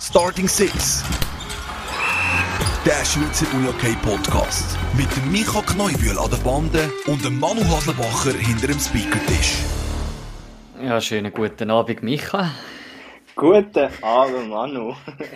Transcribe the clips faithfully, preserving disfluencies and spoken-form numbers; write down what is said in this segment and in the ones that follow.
Starting Six. Der Schweizer Unihockey-Podcast. Mit dem Micha Kneubühl an der Bande und dem Manu Haslebacher hinter dem Speakertisch. Ja, schönen guten Abend, Micha. Guten Abend, Manu.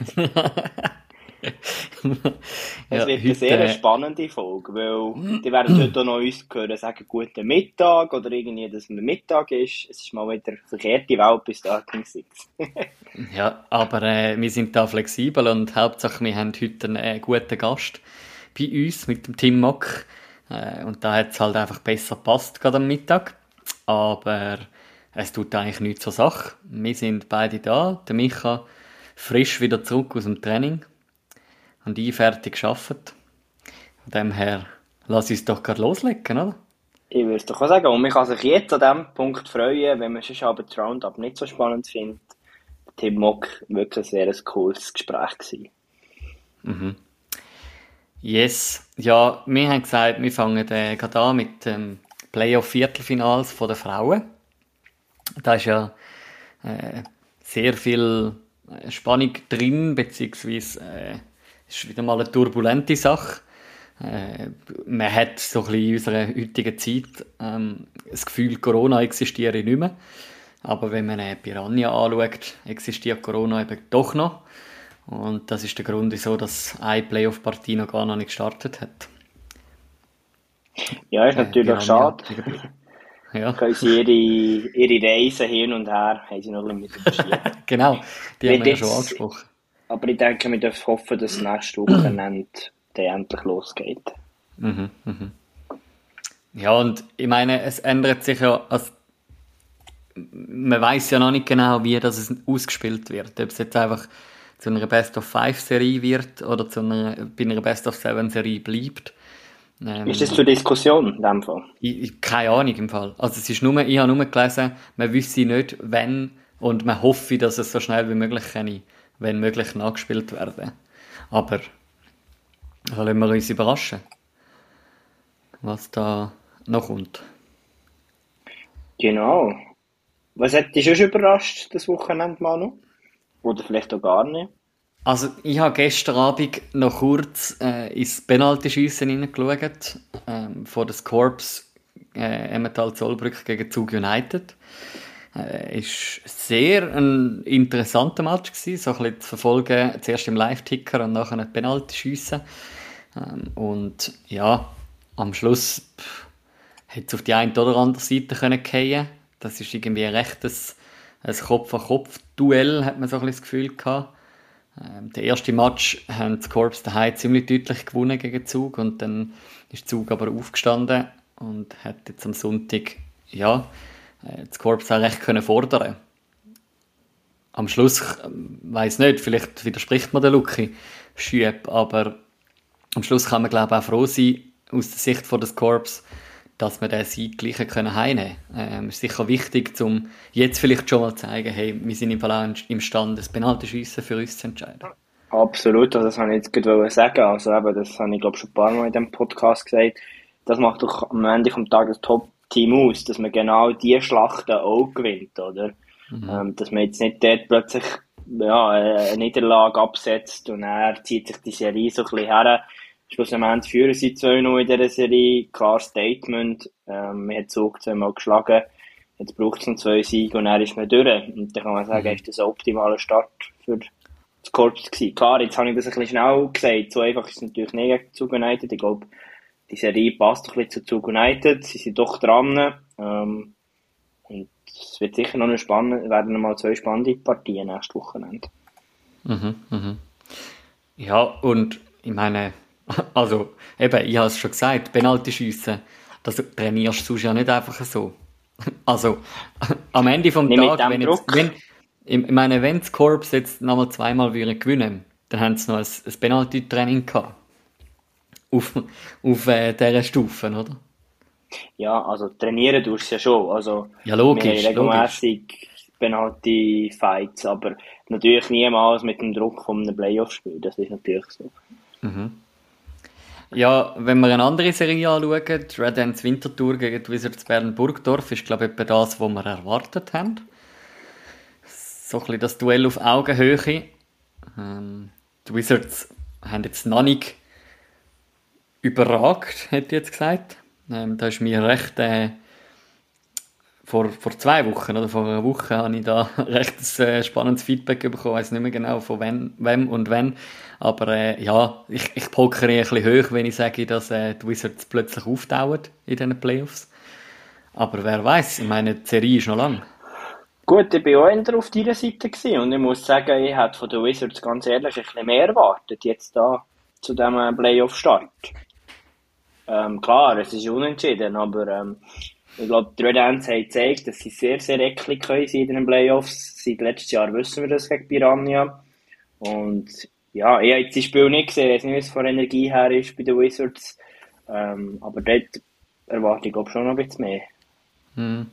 Es Ja, wird eine heute, sehr äh, spannende Folge, weil die werden heute auch noch uns hören, sagen guten Mittag oder irgendwie, dass es Mittag ist. Es ist mal wieder verkehrte Welt bis Starting Six. Ja, aber äh, wir sind da flexibel und Hauptsache wir haben heute einen äh, guten Gast bei uns mit dem Tim Mock. Äh, und da hat es halt einfach besser gepasst, gerade am Mittag. Aber es tut eigentlich nichts zur Sache. Wir sind beide da. Der Micha frisch wieder zurück aus dem Training und ich fertig gearbeitet. Von dem her, lass uns doch gerade loslegen, oder? Ich würde es doch auch sagen, und man kann sich jetzt an diesem Punkt freuen, wenn man schon aber das Roundup nicht so spannend findet. Tim Mock, wirklich ein sehr cooles Gespräch gewesen. Mhm. Yes. Ja, wir haben gesagt, wir fangen äh, gerade an mit dem Playoff-Viertelfinals der Frauen. Da ist ja äh, sehr viel äh, Spannung drin, beziehungsweise äh, ist wieder mal eine turbulente Sache. Äh, man hat so ein bisschen in unserer heutigen Zeit ähm, das Gefühl, Corona existiere nicht mehr. Aber wenn man äh, Piranha anschaut, existiert Corona eben doch noch. Und das ist der Grund, wieso dass eine Playoff-Partie noch gar noch nicht gestartet hat. Ja, ist Äh, natürlich Piranha schade. gegen- Ja, Können sie ihre, ihre Reisen hin und her, haben sie noch ein bisschen mit verschieben. genau. Die haben Wird wir ja schon jetzt- angesprochen. Aber ich denke, wir dürfen hoffen, dass es nächste Wochenende dann endlich losgeht. Mhm, mhm. Ja, und ich meine, es ändert sich ja, also, man weiß ja noch nicht genau, wie das es ausgespielt wird. Ob es jetzt einfach zu einer Best-of-Five-Serie wird oder zu einer, bei einer Best-of-Seven-Serie bleibt. Ähm, Ist das zur Diskussion in dem Fall? Ich, ich, keine Ahnung im Fall. Also es ist nur, ich habe nur gelesen, man wüsste nicht, wenn, und man hoffe, dass es so schnell wie möglich kann, wenn möglich nachgespielt werden. Aber da lassen wir uns überraschen, was da noch kommt. Genau. Was hat dich schon überrascht, das Wochenende, Manu? Oder vielleicht auch gar nicht? Also ich habe gestern Abend noch kurz äh, ins Penaltyschiessen hineingeschaut, ähm, von den Corps äh, Emmental-Zollbrück gegen Zug United. Äh, ist sehr ein interessanter Match gewesen, so ein bisschen zu verfolgen, zuerst im Live-Ticker und nachher ein Penaltyschiessen. Ähm, und ja, am Schluss pff, hätte es auf die eine oder andere Seite können fallen. Das ist irgendwie ein rechtes ein Kopf-an-Kopf-Duell, hat man so ein bisschen das Gefühl gehabt. Ähm, der erste Match haben die Corps daheim ziemlich deutlich gewonnen gegen Zug und dann ist Zug aber aufgestanden und hat jetzt am Sonntag ja, äh, das Corps auch recht können fordern. Am Schluss, ähm, weiss nicht, vielleicht widerspricht mir der Luki Schüeb, aber am Schluss kann man glaube ich auch froh sein, aus der Sicht von des Corps, dass wir den Sieg gleich können heimnehmen können. Ähm, ist sicher wichtig, um jetzt vielleicht schon mal zu zeigen, hey, wir sind im Fall auch imstande, das Penaltyschiessen für uns zu entscheiden. Absolut, also das wollte ich jetzt gerade sagen. Also eben, das habe ich glaube schon ein paar Mal in diesem Podcast gesagt. Das macht doch am Ende des Tages das Top-Team aus, dass man genau diese Schlachten auch gewinnt, oder? Mhm. Ähm, dass man jetzt nicht dort plötzlich ja, eine Niederlage absetzt und er zieht sich die Serie so ein bisschen her. Schlussendlich führen sie zwei null in dieser Serie. Klares Statement. Ähm, man hat Zug zweimal geschlagen. Jetzt braucht es noch zwei Siege und dann ist man durch. Und dann kann man sagen, Mhm. ist das ein optimaler Start für das Korps gewesen. Klar, jetzt habe ich das ein bisschen schnell gesagt. So einfach ist es natürlich nicht gegen Zug United. Ich glaube, die Serie passt ein bisschen zu Zug United. Sie sind doch dran. Ähm, und es wird sicher noch eine spannende, werden noch mal zwei spannende Partien nächstes Wochenende. Mhm, mhm. Ja, und ich meine, also eben, ich habe es schon gesagt, Penaltyschiessen, das trainierst du sonst ja nicht einfach so. Also am Ende vom Nicht mit Tag, dem wenn, jetzt, Druck. wenn ich meine, wenn das Corps jetzt nochmal zweimal würden gewinnen, dann haben sie noch ein, ein Penalty-Training gehabt. Auf, auf äh, dieser Stufe, oder? Ja, also trainieren tust du ja schon. Also, Ja, logisch, wir haben regelmässig Penalty-Fights, aber natürlich niemals mit dem Druck von einem Playoff-Spiel. Das ist natürlich so. Ja, wenn wir eine andere Serie anschauen, die Red Ants Winterthur gegen die Wizards Bern-Burgdorf, ist glaube ich etwa das, was wir erwartet haben. So ein bisschen das Duell auf Augenhöhe. Ähm, die Wizards haben jetzt noch nicht überragt, hätte ich jetzt gesagt. Ähm, da ist mir recht... Äh, vor, vor zwei Wochen oder vor einer Woche habe ich da recht ein, äh, spannendes Feedback bekommen. Ich weiß nicht mehr genau von wem, wem und wann. Aber äh, ja, ich, ich pokere ein bisschen hoch, wenn ich sage, dass äh, die Wizards plötzlich auftauen in diesen Playoffs. Aber wer weiß, ich meine, die Serie ist noch lang. Gut, ich war auch eher auf deiner Seite gewesen und ich muss sagen, ich hätte von den Wizards ganz ehrlich ein bisschen mehr erwartet, jetzt da zu diesem Playoff-Start. Ähm, klar, es ist unentschieden, aber ähm, ich glaube, die Red Ants haben gezeigt, dass sie sehr, sehr eklig können in den Playoffs. Seit letztes Jahr wissen wir das gegen Piranha. Und ja, ich habe jetzt das Spiel nicht gesehen, ich weiß nicht, wie es von Energie her ist bei den Wizards. Ähm, aber dort erwarte ich, glaube ich, schon noch ein bisschen mehr. Hm.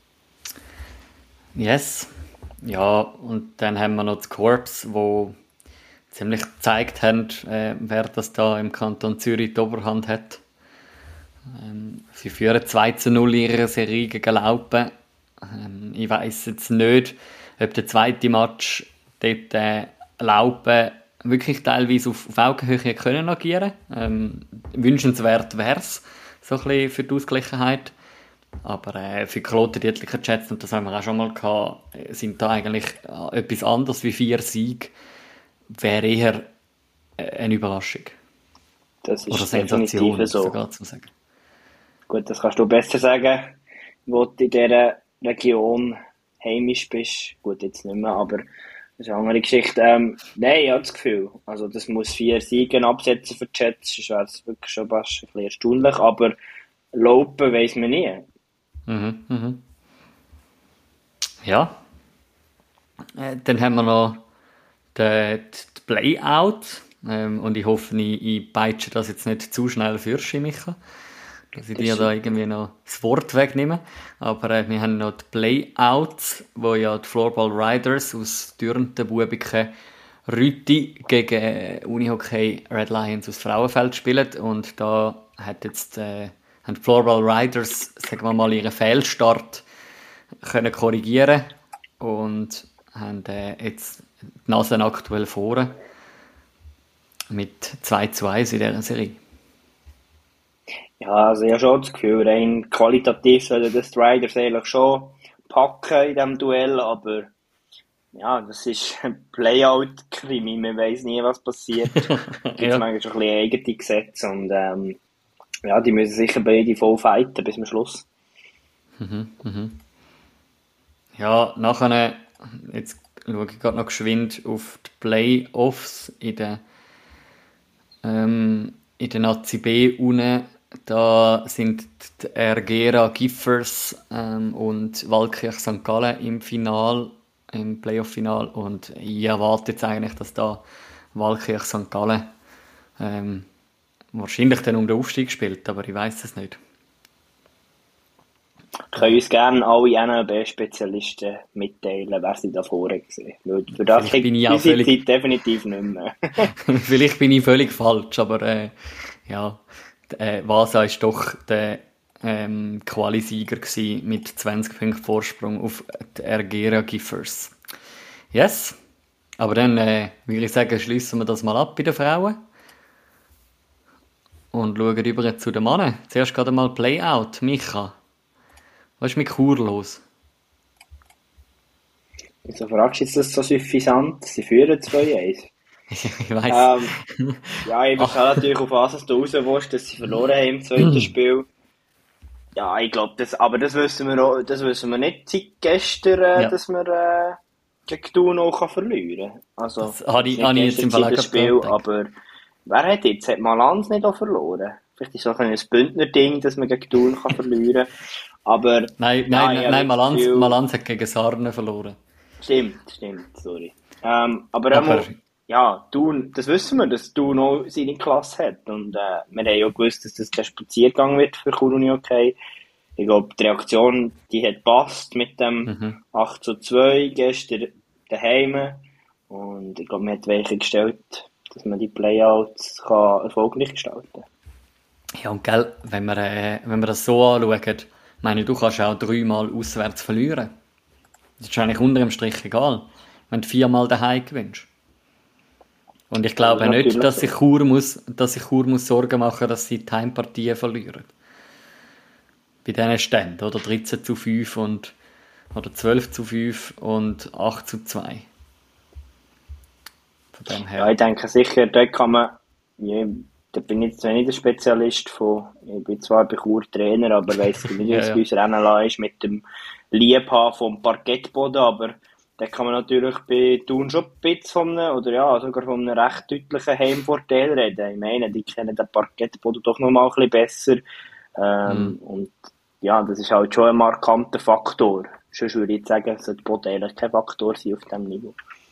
Yes. Ja, und dann haben wir noch das Corps, wo ziemlich gezeigt haben, äh, wer das da im Kanton Zürich die Oberhand hat. Ähm, sie führen zwei zu null in ihrer Serie gegen Laupen. Ähm, ich weiss jetzt nicht, ob der zweite Match dort äh, Laupen wirklich teilweise auf, auf Augenhöhe können agieren. Ähm, wünschenswert wäre es, so ein bisschen für die Ausgleichheit. Aber äh, für Kloten Dietlicher Chats, und das haben wir auch schon mal gehabt, sind da eigentlich äh, etwas anderes wie vier Siege, wäre eher äh, eine Überraschung. Das ist oder Sensation, so. sogar zu sagen. Gut, das kannst du besser sagen, wo du in dieser Region heimisch bist. Gut, jetzt nicht mehr, aber das ist eine andere Geschichte. Ähm, nein, ich habe das Gefühl, also das muss vier Siege absetzen für die Chats, sonst wäre es wirklich schon fast ein bisschen erstaunlich, aber Laupen weiss man nie. Mhm, mhm. Ja. Äh, dann haben wir noch die, die Playout. Ähm, und ich hoffe, ich, ich peitsche das jetzt nicht zu schnell für Micha, dass ich dir da irgendwie noch das Wort wegnehme. Aber äh, wir haben noch die Playouts, wo ja die Floorball Riders aus Dürnten, Bubiken, Rüti gegen äh, Unihockey Red Lions aus Frauenfeld spielen. Und da hat jetzt... Äh, haben die Floorball Riders, sagen wir mal, ihren Fehlstart können korrigieren und haben äh, jetzt die Nase aktuell vorne mit zwei zu eins in dieser Serie. Ja, also ich habe schon das Gefühl, rein qualitativ sollen das die Riders eigentlich schon packen in diesem Duell, aber ja, das ist ein Playout-Krimi, man weiss nie, was passiert. Es gibt ja manchmal schon ein bisschen eigene Gesetze und ähm, ja, die müssen sicher beide voll fighten bis zum Schluss. Mhm, mhm. Ja, nachher, jetzt schaue ich gerade noch geschwind auf die Playoffs in der, ähm, in der A C B unten. Da sind die Ergera Giffers ähm, und Waldkirch Sankt Gallen im Final, im Playoff-Final. Und ich erwarte jetzt eigentlich, dass da Waldkirch Sankt Gallen ähm, wahrscheinlich dann um den Aufstieg spielt, aber ich weiss es nicht. Können uns gerne alle N L B-Spezialisten mitteilen, wer sie da vorher gesehen haben. Für das bin ich auch unsere völlig... Zeit definitiv nicht mehr. Vielleicht bin ich völlig falsch, aber äh, ja, äh, Vasa war doch der ähm, Quali-Sieger mit zwanzig Punkten Vorsprung auf die Ergera Giffers. Yes, aber dann äh, würde ich sagen, schließen wir das mal ab bei den Frauen. Und schauen rüber zu den Männern. Zuerst gerade mal Playout. Micha, was ist mit Chur los? Wieso fragst du jetzt das so suffisant? Sie führen zwei eins. Ich weiss. Ähm, ja, ich verstehe natürlich, auf was du raus willst, dass sie verloren haben im zweiten Spiel. Ja, ich glaube, das, aber das wissen wir auch, das wissen wir nicht seit gestern, äh, ja. dass wir äh, gegen Thun auch verlieren kann. Also, das habe ich, habe ich jetzt im Verlag Spiel, aber wer hat jetzt? Hat Malanz nicht auch verloren? Vielleicht ist es auch ein Bündner-Ding, dass man gegen Thun kann verlieren kann. Aber, nein, ja, nein, nein Malanz, Gefühl, Malanz hat gegen Sarne verloren. Stimmt, stimmt, sorry. Ähm, aber aber einmal, ja, Thun, das wissen wir, dass Thun auch seine Klasse hat. Und äh, wir haben ja gewusst, dass das der Spaziergang wird für Chur Unihockey. Ich glaube, die Reaktion, die hat passt mit dem mhm. acht zu zwei gestern daheim. Und ich glaube, man hat welche gestellt, dass man die Playouts kann erfolgreich gestalten kann. Ja, und gell, wenn wir, äh, wenn wir das so anschauen, meine, du kannst auch dreimal auswärts verlieren. Das ist eigentlich unter dem Strich egal, wenn du viermal daheim gewinnst. Und ich glaube Ja, nicht, dass natürlich. sich Chur muss, dass sich Chur muss Sorgen machen, dass sie die Heimpartien verlieren. Bei diesen Ständen, oder dreizehn zu fünf und, oder zwölf zu fünf und acht zu zwei. Von dem Ja, her. ich denke sicher, dort kann man, ja, da bin ich jetzt zwar nicht der Spezialist von, ich bin zwar bei Chur Trainer, aber weiss nicht, wie Ja, es ja. bei uns Rennen lassen ist mit dem Liebhaben vom Parkettboden, aber da kann man natürlich bei Thun schon ein bisschen von einem, oder ja, sogar von einem recht deutlichen Heimvorteil reden. Ich meine, die kennen den Parkettboden doch noch mal ein bisschen besser, ähm, und ja, das ist halt schon ein markanter Faktor. Sonst würde ich jetzt sagen, sollte Boden eigentlich kein Faktor sein auf diesem Niveau.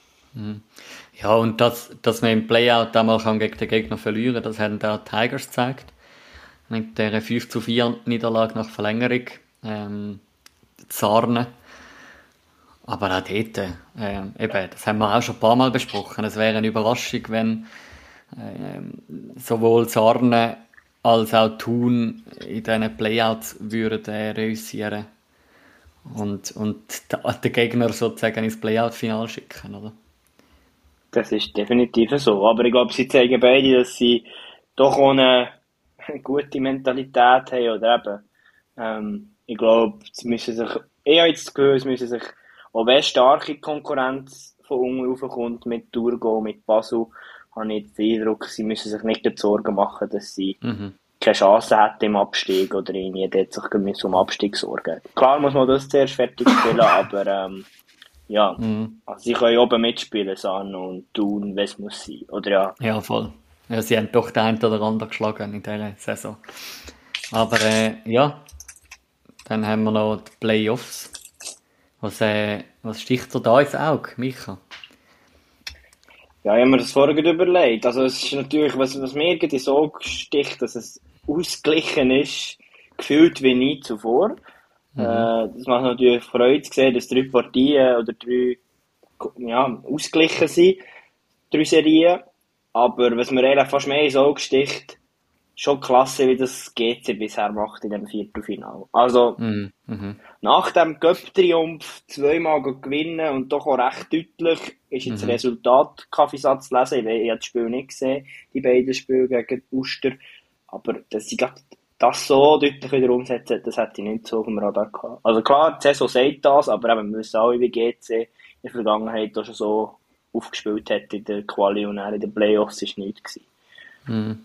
Ja, und dass, dass man im Playout einmal kann gegen den Gegner verlieren kann, das haben auch die Tigers gezeigt. Mit dieser fünf zu vier Niederlage nach Verlängerung. Ähm, Zarne. Aber auch dort, äh, eben, das haben wir auch schon ein paar Mal besprochen. Es wäre eine Überraschung, wenn äh, sowohl Zarne als auch Thun in diesen Playouts würden äh, reüssieren und, und den Gegner sozusagen ins Playout-Final schicken, oder? Das ist definitiv so. Aber ich glaube, sie zeigen beide, dass sie doch auch eine gute Mentalität haben. Oder eben, ähm, ich glaube, sie müssen sich, ich habe jetzt das Gefühl, sie müssen sich, auch wenn starke Konkurrenz von unten raufkommt, mit Thurgau, mit Basel, habe ich jetzt den Eindruck, sie müssen sich nicht die Sorgen machen, dass sie Mhm. keine Chance hätten im Abstieg oder irgendwie dort sich müssen um Abstieg sorgen. Klar muss man das zuerst fertig spielen, aber ähm, ja, Mhm. also sie können oben mitspielen, Sarno und Thun, wenn es muss sein. Oder ja, Ja, voll. Ja, sie haben doch den einen oder anderen geschlagen in dieser Saison. Aber äh, ja, dann haben wir noch die Playoffs. Was, äh, was sticht dir da ins Auge, Micha? ja, ich habe mir das vorher gerade überlegt. Also es ist natürlich, was, was mir irgendwie so sticht, dass es ausgeglichen ist, gefühlt wie nie zuvor. Äh, das macht natürlich Freude zu sehen, dass drei Partien oder drei, ja, ausgeglichen sind, drei Serien. Aber was mir eigentlich fast mehr ins Auge sticht, schon klasse, wie das G C bisher macht in dem Viertelfinale. Also, Mhm. Mhm. nach dem Cup-Triumph zweimal gewinnen und doch auch recht deutlich, ist jetzt das Resultat Kaffeesatz zu lesen. Ich, ich habe das Spiel nicht gesehen, die beiden Spiele gegen Uster. Aber dass sie gerade das so deutlich wieder umsetzen, das hätte ich nicht so auf dem Radar gehabt. Also klar, die Saison sagt das, aber eben, wir wissen alle, wie G C in der Vergangenheit auch schon so aufgespielt hat in der Quali und auch in den Playoffs, ist nichts gewesen.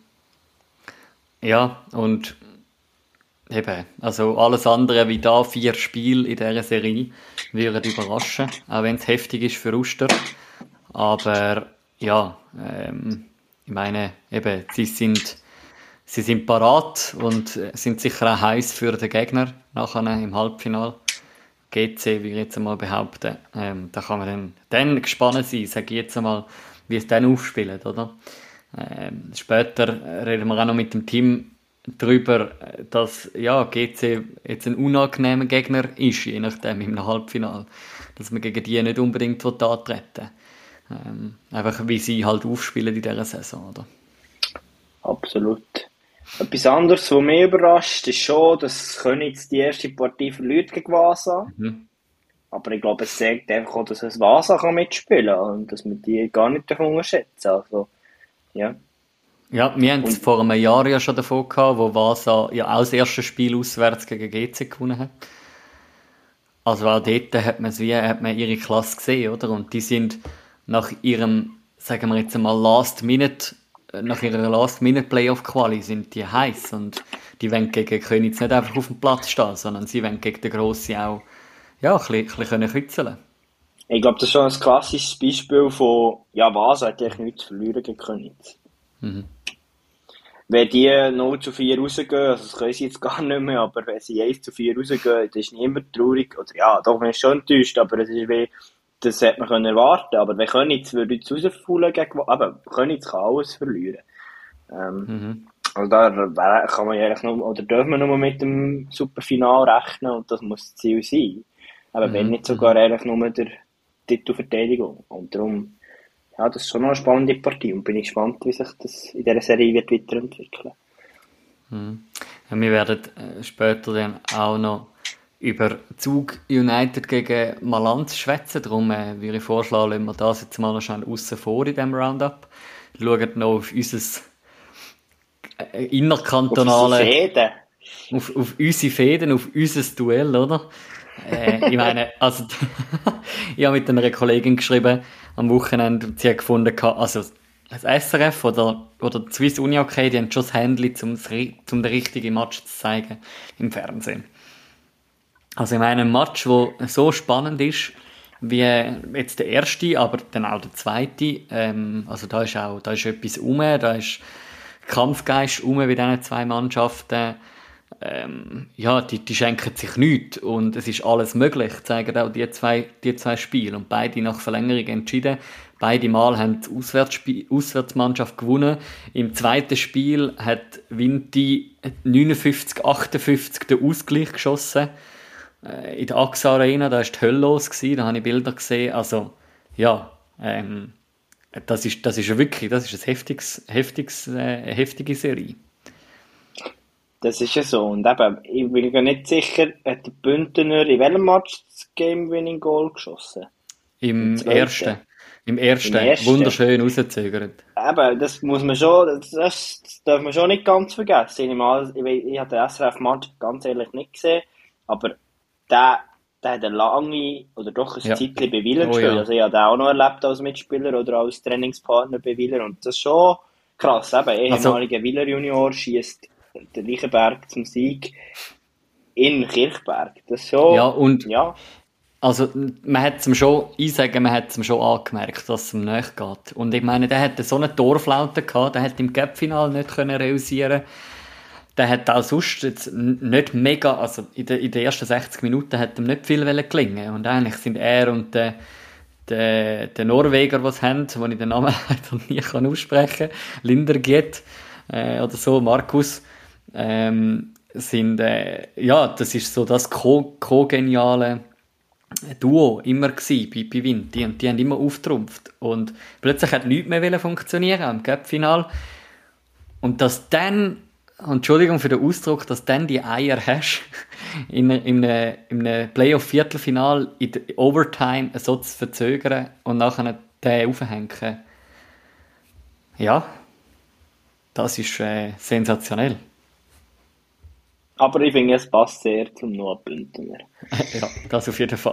Ja, und eben, also alles andere wie da vier Spiele in dieser Serie würden überraschen, auch wenn es heftig ist für Uster. Aber ja, ähm, ich meine, eben, sie sind, sie sind parat und sind sicher auch heiß für den Gegner nachher im Halbfinale. G C, würde ich jetzt einmal behaupten. Ähm, da kann man dann, dann gespannt sein, sage ich jetzt einmal, wie es dann aufspielt, oder? Ähm, später reden wir auch noch mit dem Team darüber, dass ja, G C jetzt ein unangenehmer Gegner ist, je nachdem im Halbfinale. Dass man gegen die nicht unbedingt antreten will. Ähm, einfach wie sie halt aufspielen in dieser Saison, oder? Absolut. Etwas anderes, was mich überrascht, ist schon, dass Königs die erste Partie verliert gegen Vasa. Mhm. Aber ich glaube, es zeigt einfach auch, dass es Vasa kann mitspielen kann und dass man die gar nicht unterschätzen darf. Also, ja. Ja, wir haben es Und- vor einem Jahr ja schon davon gehabt, wo Vasa ja auch das erste Spiel auswärts gegen G C gewonnen hat. Also auch dort hat man, wie, hat man ihre Klasse gesehen, oder? Und die sind nach ihrem, sagen wir jetzt einmal, Last Minute, nach ihrer Last Minute Playoff Quali sind die heiß und die wollen gegen Königs nicht einfach auf dem Platz stehen, sondern sie wollen gegen den Grossen auch, ja, ein bisschen, ein bisschen können kützeln. Ich glaube, das ist schon ein klassisches Beispiel von, ja, Vasa hat eigentlich nichts zu verlieren gegen Königs. Wenn die null zu vier rausgehen, also das können sie jetzt gar nicht mehr, aber wenn sie eins zu vier rausgehen, dann ist niemand traurig. Oder ja, doch, man ist schon enttäuscht, aber es ist wie, das hätte man können erwarten. Aber wenn Königs würde jetzt rausfallen gegen, aber Königs kann alles verlieren. Ähm, Also da wär- kann man ja eigentlich nur, oder dürfen wir nur mit dem Superfinal rechnen und das muss das Ziel sein. Aber wenn nicht sogar eigentlich nur der Titelverteidigung. Und darum, ja, das ist schon noch eine spannende Partie und bin ich gespannt, wie sich das in dieser Serie wird weiterentwickeln. Ja, wir werden äh, später dann auch noch über Zug United gegen Malanz schwätzen. Darum äh, würde ich vorschlagen, lassen wir das jetzt mal noch schnell aussen vor in diesem Roundup. Schauen noch auf unser äh, innerkantonale... Auf unsere Fäden. Auf, auf unsere Fäden, auf unser Duell, oder? äh, ich meine, also... ich habe mit einer Kollegin geschrieben, am Wochenende, und sie hat gefunden, also das S R F oder, oder die Swiss Uni Hockey, die haben schon das Handy, um den richtigen Match zu zeigen im Fernsehen. Also ich meine, ein Match, der so spannend ist, wie jetzt der erste, aber dann auch der zweite, ähm, also da ist auch, da ist etwas rum, da ist Kampfgeist rum bei diesen zwei Mannschaften, ähm, ja, die, die schenken sich nichts und es ist alles möglich, zeigen auch die zwei, die zwei Spiele und beide nach Verlängerung entschieden. Beide Mal haben die Auswärtsspiel, Auswärtsmannschaft gewonnen. Im zweiten Spiel hat Vinti neunundfünfzig achtundfünfzig den Ausgleich geschossen. In der A X A Arena, da war die Hölle los, da habe ich Bilder gesehen. Also, ja, ähm, das ist, das ist wirklich, das ist ein heftiges, heftiges, äh, eine heftige Serie. Das ist ja so. Und eben, ich bin gar nicht sicher, hat der Bündner in welchem Match das Game-Winning-Goal geschossen? Im, Im ersten. Im ersten. Im ersten. Wunderschön rausgezögert. Eben, das muss man schon, das, das darf man schon nicht ganz vergessen. Ich, mal, ich, ich habe den S R F-Match ganz ehrlich nicht gesehen, aber der, der hat eine lange, oder doch ein ja. Zeitchen bei Wieler oh, gespielt. Ja. Also ich habe den auch noch erlebt als Mitspieler oder als Trainingspartner bei Wieler und das ist schon krass. Eben, ehemaliger also, Wieler Junior schießt der Reichenberg zum Sieg in Kirchberg. Das ist schon, ja, und ja. Also, man hat es schon, ich sage, man hat es schon angemerkt, dass es ihm nicht geht. Und ich meine, der hatte so eine Torflaute gehabt, der hat im Cup-Final nicht können realisieren. Der hat auch sonst jetzt nicht mega, also in den, in den ersten sechzig Minuten hat ihm nicht viel gelingen. Und eigentlich sind er und der, der, der Norweger, die es haben, wo ich den Namen nie kann aussprechen kann, Lindergiet, äh, oder so, Markus, ähm, sind, äh, ja, das ist so das ko-geniale Duo immer gewesen bei, bei Vinti und die haben immer auftrumpft und plötzlich hat nichts mehr funktionieren am Cup-Final und dass dann, Entschuldigung für den Ausdruck, dass dann die Eier hast, in, in, in einem Playoff-Viertelfinal in der Overtime so zu verzögern und nachher den aufhängen, ja, das ist äh, sensationell. Aber ich finde, es passt sehr zum Noah Bündner. Ja, das auf jeden Fall.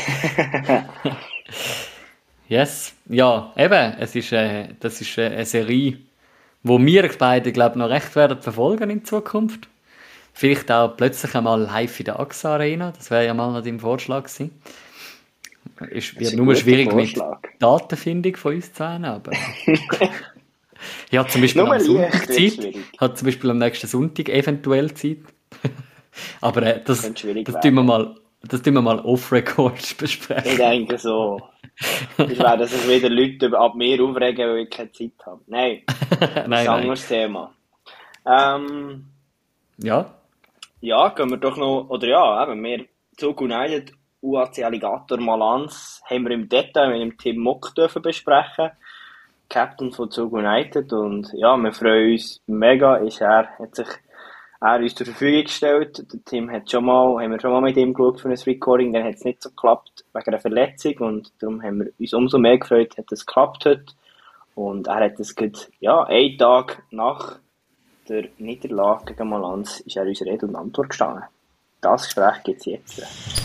Yes. Ja, eben, es ist, äh, das ist äh, eine Serie, wo wir beide, glaube ich, noch recht werden verfolgen in Zukunft. Vielleicht auch plötzlich einmal live in der A X A Arena. Das wäre ja mal noch dein Vorschlag gewesen. Es wird nur schwierig Vorschlag. Mit Datenfindung von uns zwei, aber... Ich habe zum Beispiel am Sonntag Zeit. Ich habe zum Beispiel am nächsten Sonntag eventuell Zeit. Aber äh, das, das, das tun wir mal, das tun wir mal off-record besprechen. Ich denke so. Ich werde, dass sich wieder Leute ab mir aufregen, weil ich keine Zeit habe. Nein, das ist ein anderes Thema. Ähm, ja? Ja, können wir doch noch, oder ja, eben, wir Zug United, U A C Alligator Malanz, haben wir im Detail mit dem Tim Mock dürfen besprechen. Captain von Zug United und ja, wir freuen uns mega, ist er, hat sich er uns zur Verfügung gestellt. Der Tim hat schon mal, haben wir schon mal mit ihm geschaut für ein Recording, dann hat es nicht so geklappt wegen einer Verletzung und darum haben wir uns umso mehr gefreut, hat es geklappt heute und er hat es gerade, ja, einen Tag nach der Niederlage gegen Malanz ist er uns Rede und Antwort gestanden. Das Gespräch gibt es jetzt.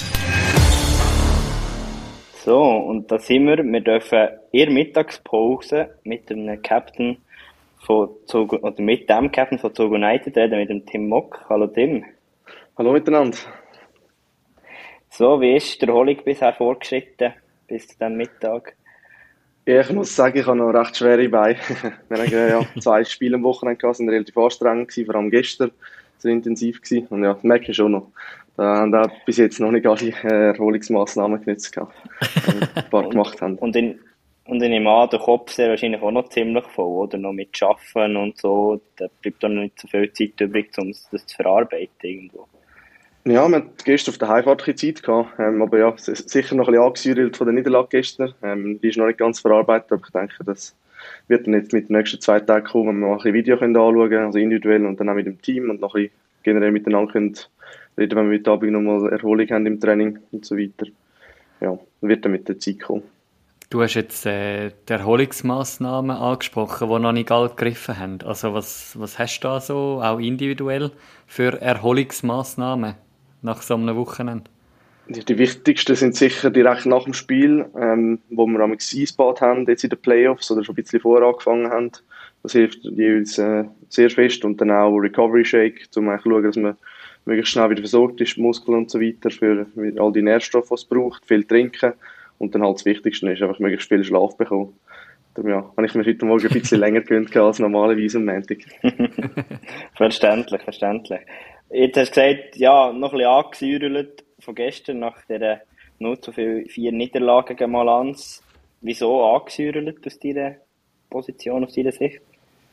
So, und da sind wir. Wir dürfen in der Mittagspause mit dem Captain von Zug, oder mit dem Captain von Zug United reden, mit dem Tim Mock. Hallo Tim. Hallo miteinander. So, wie ist die Erholung bisher vorgeschritten, bis zu diesem Mittag? Ja, ich muss sagen, ich habe noch recht schwere Beine. Wir haben ja zwei Spiele am Wochenende gehabt, sind relativ anstrengend gewesen, vor allem gestern sehr intensiv gewesen. Und ja, das merke ich schon noch. Da haben wir bis jetzt noch nicht alle Erholungsmaßnahmen genutzt gehabt, die wir ein paar gemacht haben. Und in, und in dem Mann, der Kopf sehr wahrscheinlich auch noch ziemlich voll, oder? Noch mit Arbeiten und so. Da bleibt auch noch nicht so viel Zeit übrig, um das zu verarbeiten irgendwo. Ja, wir hatten gestern auf der Heimfahrt ein bisschen Zeit gehabt, ähm, aber ja, sicher noch ein bisschen angesäuert von der Niederlage gestern. Ähm, die ist noch nicht ganz verarbeitet, aber ich denke, das wird dann jetzt mit den nächsten zwei Tagen kommen, wenn wir mal ein bisschen Video anschauen können, also individuell und dann auch mit dem Team und noch ein bisschen generell miteinander können reden, wenn wir heute Abend nochmal Erholung haben im Training und so weiter. Ja, wird dann mit der Zeit kommen. Du hast jetzt äh, die Erholungsmaßnahmen angesprochen, die noch nicht alle gegriffen haben. Also was, was hast du da so, auch individuell, für Erholungsmaßnahmen nach so einem Wochenende? Die, die wichtigsten sind sicher direkt nach dem Spiel, ähm, wo wir am Eisbad haben, jetzt in den Playoffs oder schon ein bisschen vorher angefangen haben. Das hilft jeweils äh, sehr fest. Und dann auch Recovery Shake, um zu schauen, dass man möglichst schnell wieder versorgt ist, Muskeln und so weiter, für all die Nährstoffe, die es braucht, viel trinken. Und dann halt das Wichtigste ist einfach möglichst viel Schlaf bekommen. Darum, ja, habe ich mir heute Morgen ein bisschen länger gewöhnt als normalerweise am Montag. Verständlich, verständlich. Jetzt hast du gesagt, ja, noch ein bisschen angesäuert von gestern nach dieser null zu vier Niederlage gegen Malanz. Wieso angesäuert aus deiner Position, aus deiner Sicht?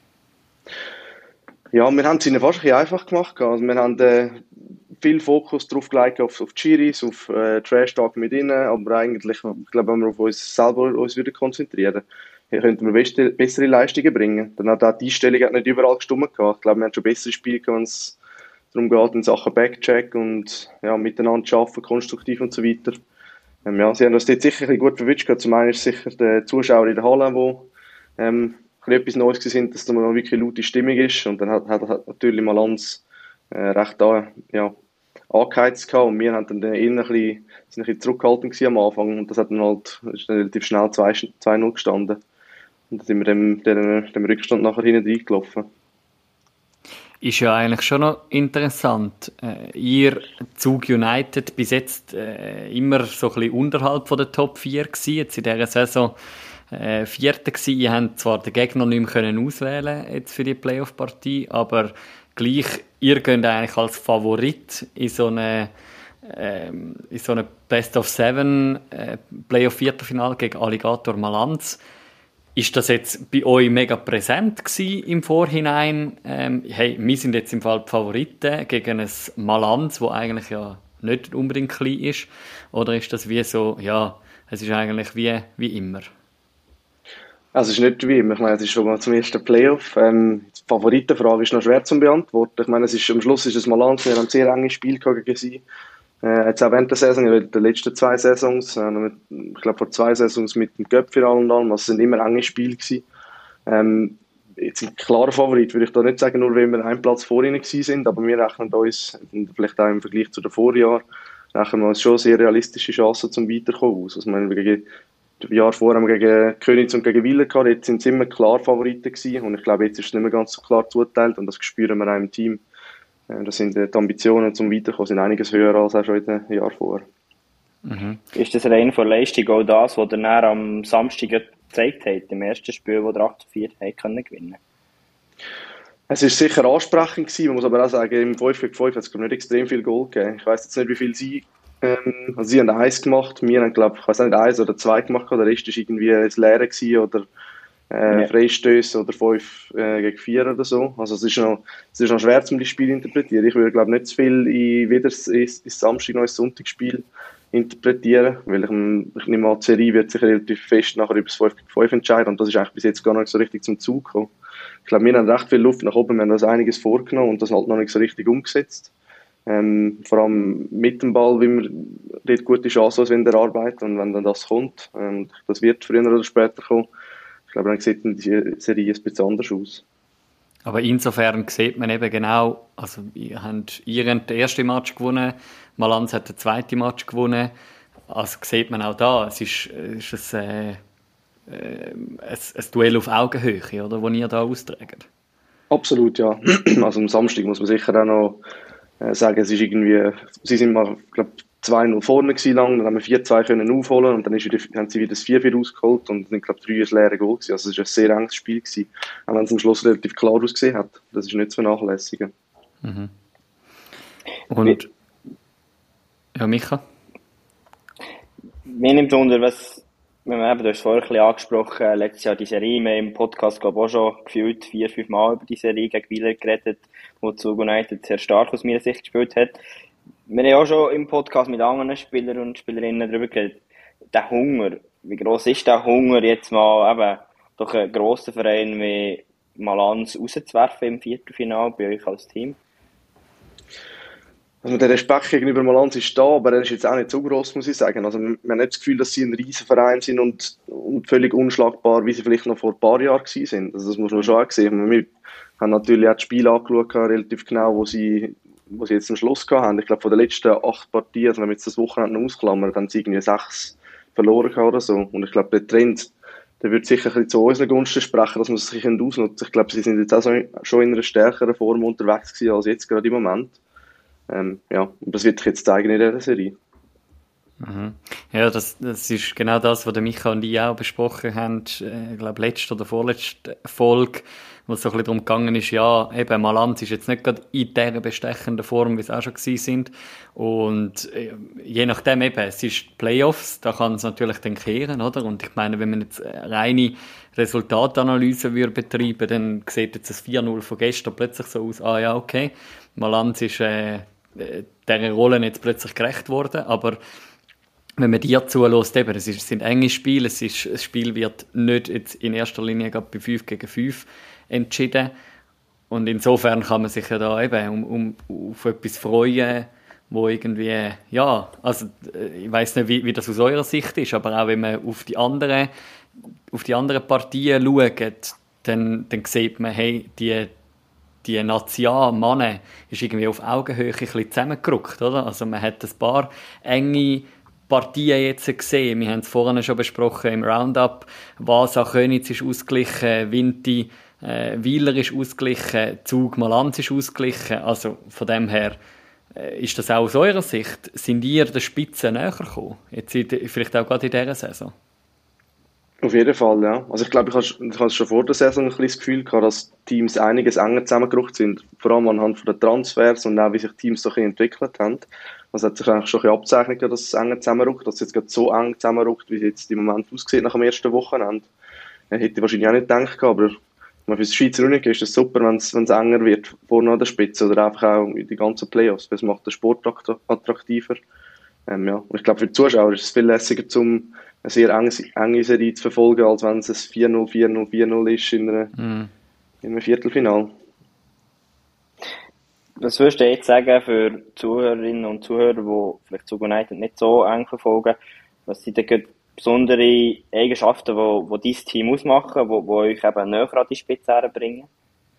Ja, wir haben es ihnen fast ein bisschen einfach gemacht. Also wir haben äh, viel Fokus darauf gelegt, auf, auf die Schiris, auf äh, Trash-Talk mit ihnen, aber eigentlich, ich glaube, wenn wir auf uns selber uns würden konzentrieren, hier könnten wir beste, bessere Leistungen bringen. Dann hat auch die Einstellung hat nicht überall gestimmt gehabt. Ich glaube, wir haben schon bessere Spiele gehabt, wenn es darum geht, in Sachen Backcheck und ja, miteinander arbeiten, konstruktiv und so weiter. Ähm, ja, sie haben uns dort sicher ein bisschen gut verwünscht gehabt. Zum einen ist sicher der Zuschauer in der Halle, wo ähm, etwas Neues sind, dass da mal wirklich eine laute Stimmung ist. Und dann hat, hat, hat natürlich Malanz äh, recht da, ja, angeheizt gehabt. Und wir haben dann eher ein bisschen, sind ein bisschen zurückhaltend am Anfang. Und das hat dann halt ist dann relativ schnell zwei null gestanden. Und dann sind wir dem, dem, dem Rückstand nachher hinten reingelaufen. Ist ja eigentlich schon noch interessant. Äh, ihr Zug United bis jetzt äh, immer so ein bisschen unterhalb von der Top vier gewesen. Jetzt in dieser Saison Äh, Vierter gewesen. Ihr habt zwar den Gegner nicht mehr können auswählen jetzt für die Playoff-Partie, aber gleich, ihr geht eigentlich als Favorit in so eine, ähm, in so eine Best of Seven äh, Playoff-Viertelfinale gegen Alligator Malanz. Ist das jetzt bei euch mega präsent gewesen im Vorhinein? Ähm, hey, wir sind jetzt im Fall die Favoriten gegen ein Malanz, wo eigentlich ja nicht unbedingt klein ist. Oder ist das wie so, ja, es ist eigentlich wie, wie immer? Also es ist nicht wie immer. Ich meine, es ist schon mal zum ersten Playoff. Ähm, die Favoritenfrage ist noch schwer zu beantworten. Ich meine, es ist, am Schluss ist es Malanz, wir haben ein sehr enges Spiel gegen sie. Äh, jetzt auch während der Saison, in den letzten zwei Saisons, äh, mit, ich glaube vor zwei Saisons mit dem Cup-Finale und allem, also es sind immer enge Spiele gewesen. Ähm, jetzt ein klarer Favorit würde ich da nicht sagen, nur weil wir einen Platz vor ihnen gewesen sind, aber wir rechnen uns, vielleicht auch im Vergleich zu den Vorjahren, rechnen wir uns schon sehr realistische Chancen zum Weiterkommen aus. Also, ich meine, gegen das Jahr vorher haben wir gegen Königs und gegen Wieler gehabt, jetzt sind sie immer klar Favoriten gewesen und ich glaube, jetzt ist es nicht mehr ganz so klar zugeteilt und das spüren wir auch im Team. Das sind die Ambitionen zum Weiterkommen sind einiges höher als auch schon in den Jahren vorher. Mhm. Ist das rein von Leistung auch das, was ihr dann am Samstag gezeigt habt, im ersten Spiel, wo ihr acht zu vier gewinnen können? Es war sicher ansprechend gewesen, man muss aber auch sagen, im fünf gegen fünf hat es nicht extrem viel Goal gegeben. Ich weiss jetzt nicht, wie viel sie Ähm, also sie haben eins gemacht, wir haben, glaube ich, weiß nicht, eins oder zwei gemacht, der Rest war irgendwie das Leere gewesen oder äh, ja. Freistöße oder fünf äh, gegen vier oder so. Also es ist noch, es ist noch schwer, um die Spiele zu interpretieren. Ich würde, glaube nicht zu viel in weder ins Samstag noch ins Sonntagsspiel interpretieren, weil ich, ich nehme an, die Serie wird sich relativ fest nachher über das fünf gegen fünf entscheiden und das ist eigentlich bis jetzt gar nicht so richtig zum Zug gekommen. Ich glaube, wir haben recht viel Luft nach oben, wir haben uns einiges vorgenommen und das halt noch nicht so richtig umgesetzt. Ähm, vor allem mit dem Ball, wie wir dort gute Chancen erarbeiten und wenn dann das kommt, ähm, das wird früher oder später kommen, ich glaube, dann sieht die Serie ein bisschen anders aus. Aber insofern sieht man eben genau, also ihr habt, ihr habt den ersten Match gewonnen, Malanz hat den zweiten Match gewonnen, also sieht man auch da, es ist, ist ein, äh, ein, ein Duell auf Augenhöhe, oder, das ihr da austragt. Absolut, ja. Also am Samstag muss man sicher auch noch äh, sagen, es ist irgendwie, sie sind mal, ich glaube, zwei null vorne gewesen lang, dann haben wir vier zwei können aufholen und dann ist wieder, haben sie wieder das vier vier rausgeholt und dann, glaube ich, drei ein leere Goal gewesen. Also es war ein sehr enges Spiel gewesen, auch wenn es am Schluss relativ klar ausgesehen hat. Das ist nicht zu vernachlässigen. Mhm. Und, ja, Micha? Mir nimmt Wunder, was, wenn man eben, du hast es vorher ein bisschen angesprochen, letztes Jahr die Serie, wir haben im Podcast, glaube ich, auch schon gefühlt vier, fünf Mal über die Serie gegen Wieler geredet, wo Zug United sehr stark aus meiner Sicht gespielt hat. Wir haben auch schon im Podcast mit anderen Spielern und Spielerinnen darüber geredet, der Hunger, wie gross ist der Hunger, jetzt mal eben durch einen grossen Verein wie Malanz rauszuwerfen im Viertelfinale bei euch als Team? Also der Respekt gegenüber Malanz ist da, aber er ist jetzt auch nicht so gross, muss ich sagen. Also wir haben nicht das Gefühl, dass sie ein Riesenverein sind und, und völlig unschlagbar, wie sie vielleicht noch vor ein paar Jahren gewesen sind. Also das muss man schon auch sehen. Wir haben natürlich auch das Spiel angeschaut, relativ genau, wo sie, wo sie jetzt am Schluss gehabt haben. Ich glaube, von den letzten acht Partien, also wenn wir jetzt das Wochenende noch ausklammern, dann haben sie irgendwie sechs verloren gehabt oder so. Und ich glaube, der Trend, der wird sicher ein bisschen zu unseren Gunsten sprechen, dass man es sich ausnutzt. Ich glaube, sie sind jetzt auch so, schon in einer stärkeren Form unterwegs gewesen als jetzt gerade im Moment. Ähm, ja, und das wird sich jetzt zeigen in dieser Serie. Mhm. Ja, das, das ist genau das, was der Micha und ich auch besprochen haben, äh, ich glaube, letzte oder vorletzte Folge, wo es so ein bisschen darum gegangen ist, ja, eben, Malanz ist jetzt nicht gerade in dieser bestechenden Form, wie es auch schon gewesen sind. Und äh, je nachdem eben, es ist Playoffs, da kann es natürlich dann kehren, oder? Und ich meine, wenn man jetzt reine Resultatanalyse würde betreiben, dann sieht jetzt das vier null von gestern plötzlich so aus, ah ja, okay, Malanz ist äh, dieser Rolle jetzt plötzlich gerecht worden, aber wenn man dir zulässt, eben, es, ist, es sind enge Spiele, es ist, das Spiel wird nicht jetzt in erster Linie gerade bei fünf gegen fünf entschieden und insofern kann man sich ja da eben um, um, auf etwas freuen, wo irgendwie, ja, also ich weiss nicht, wie, wie das aus eurer Sicht ist, aber auch wenn man auf die anderen, auf die anderen Partien schaut, dann, dann sieht man, hey, die die Nation Mann ist irgendwie auf Augenhöhe ein bisschen zusammengerückt, oder? Also man hat ein paar enge Partien jetzt gesehen. Wir haben es vorhin schon besprochen im Roundup. Vasa Könitz ist ausgeglichen, Vinti äh, Wieler ist ausgeglichen, Zug Malanz ist ausgeglichen. Also von dem her äh, ist das auch aus eurer Sicht, sind ihr der Spitze näher gekommen? Jetzt vielleicht auch gerade in dieser Saison? Auf jeden Fall, ja. Also ich glaube, ich habe, ich habe schon vor der Saison ein bisschen das Gefühl gehabt, dass Teams einiges enger zusammengerückt sind. Vor allem anhand der Transfers und auch, wie sich Teams so ein bisschen entwickelt haben. Also hat sich eigentlich schon ein bisschen abzeichnet, dass es enger zusammenrückt, dass es jetzt gerade so eng zusammenrückt, wie es jetzt im Moment aussieht nach dem ersten Wochenende. Ich hätte wahrscheinlich auch nicht gedacht, aber für das Schweizer Unique ist es super, wenn es, wenn es enger wird, vorne an der Spitze oder einfach auch in die ganzen Playoffs. Das macht den Sport attraktiver. Ähm, ja. Und ich glaube, für die Zuschauer ist es viel lässiger, zum eine sehr enge, enge Serie zu verfolgen, als wenn es ein vier null, vier null, vier null ist in, einer, mm. in einem Viertelfinale. Was würdest du jetzt sagen für Zuhörerinnen und Zuhörer, die vielleicht Zug United nicht so eng verfolgen, was sind denn besondere Eigenschaften, die, die dein Team ausmachen, die, die euch eben näher an die Spitze bringen?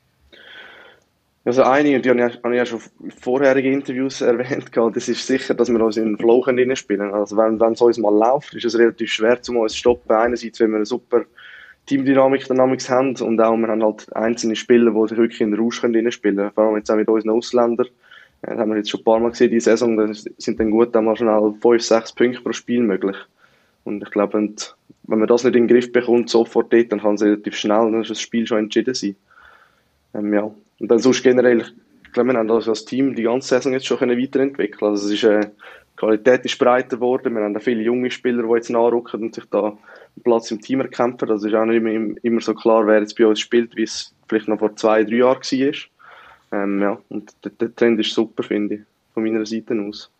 Also eine, die habe ich ja schon in vorherigen Interviews erwähnt, das ist sicher, dass wir uns in den Flow spielen. Also wenn, wenn es uns mal läuft, ist es relativ schwer, um uns zu stoppen. Einerseits, wenn wir eine super Teamdynamik Dynamics haben und auch wir haben halt einzelne Spieler, die sich wirklich in den Rausch spielen können. Vor allem jetzt auch mit unseren Ausländern. Das haben wir jetzt schon ein paar Mal gesehen, die Saison, da sind dann gut einmal schnell fünf, sechs Punkte pro Spiel möglich. Und ich glaube, wenn, wenn man das nicht in den Griff bekommt, sofort dort, dann kann es relativ schnell, dann ist das Spiel schon entschieden sein. Ähm, ja. Und dann sonst generell, ich glaube, wir haben das als Team die ganze Saison jetzt schon weiterentwickeln. Also es ist, äh, die Qualität ist breiter geworden. Wir haben auch viele junge Spieler, die jetzt nachrücken und sich da einen Platz im Team erkämpfen. Das ist auch nicht immer, immer so klar, wer jetzt bei uns spielt, wie es vielleicht noch vor zwei, drei Jahren war. Ähm, ja. Und der, der Trend ist super, finde ich, von meiner Seite aus.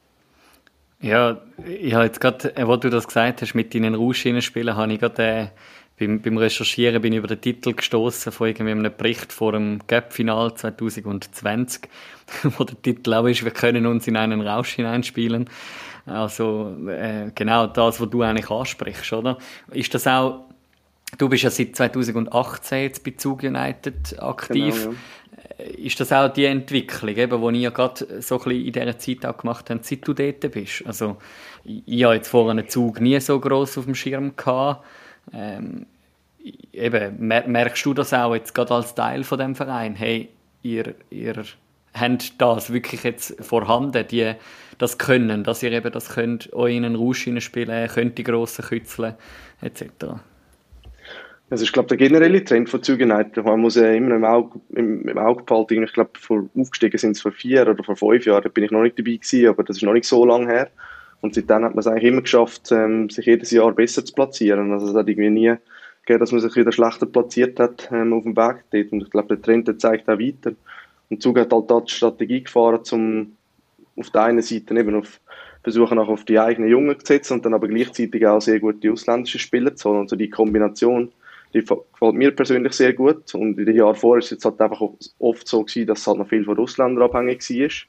Ja, ich habe jetzt gerade, wo du das gesagt hast, mit deinen Rausch-Spielen, habe ich gerade äh, beim, beim Recherchieren bin ich über den Titel gestoßen von irgendwie einem Bericht vor dem Cup-Final zwanzig zwanzig, wo der Titel auch ist, wir können uns in einen Rausch hineinspielen. Also äh, genau das, was du eigentlich ansprichst, oder? Ist das auch, du bist ja seit zwanzig achtzehn jetzt bei Zug United aktiv. Genau, ja. Ist das auch die Entwicklung, eben, die ihr gerade so ein bisschen in dieser Zeit auch gemacht habt, seit du dort bist? Also, ich habe jetzt vorher einen Zug nie so gross auf dem Schirm gehabt. Ähm, eben, merkst du das auch jetzt gerade als Teil von dem Verein? Hey, ihr, ihr habt das wirklich jetzt vorhanden, die, das Können, dass ihr eben das könnt, euch in einen Rausch spielen könnt, die grossen Kützeln et cetera. Das ist, glaube ich, der generelle Trend von Zug United. Man muss ja immer im Auge, im, im Auge behalten. Ich glaube, vor, aufgestiegen sind es vor vier oder vor fünf Jahren. Da bin ich noch nicht dabei gewesen, aber das ist noch nicht so lange her. Und seitdem hat man es eigentlich immer geschafft, ähm, sich jedes Jahr besser zu platzieren. Also es hat irgendwie nie gegeben, dass man sich wieder schlechter platziert hat ähm, auf dem Weg dort. Und ich glaube, der Trend der zeigt auch weiter. Und Zug hat halt da die Strategie gefahren, um auf der einen Seite eben auf versuchen auch auf die eigenen Jungen zu setzen und dann aber gleichzeitig auch sehr gute ausländische Spieler zu holen. Also die Kombination, die gefällt mir persönlich sehr gut. Und in den Jahren vorher ist es jetzt halt einfach oft so gewesen, dass es halt noch viel von Ausländern abhängig war.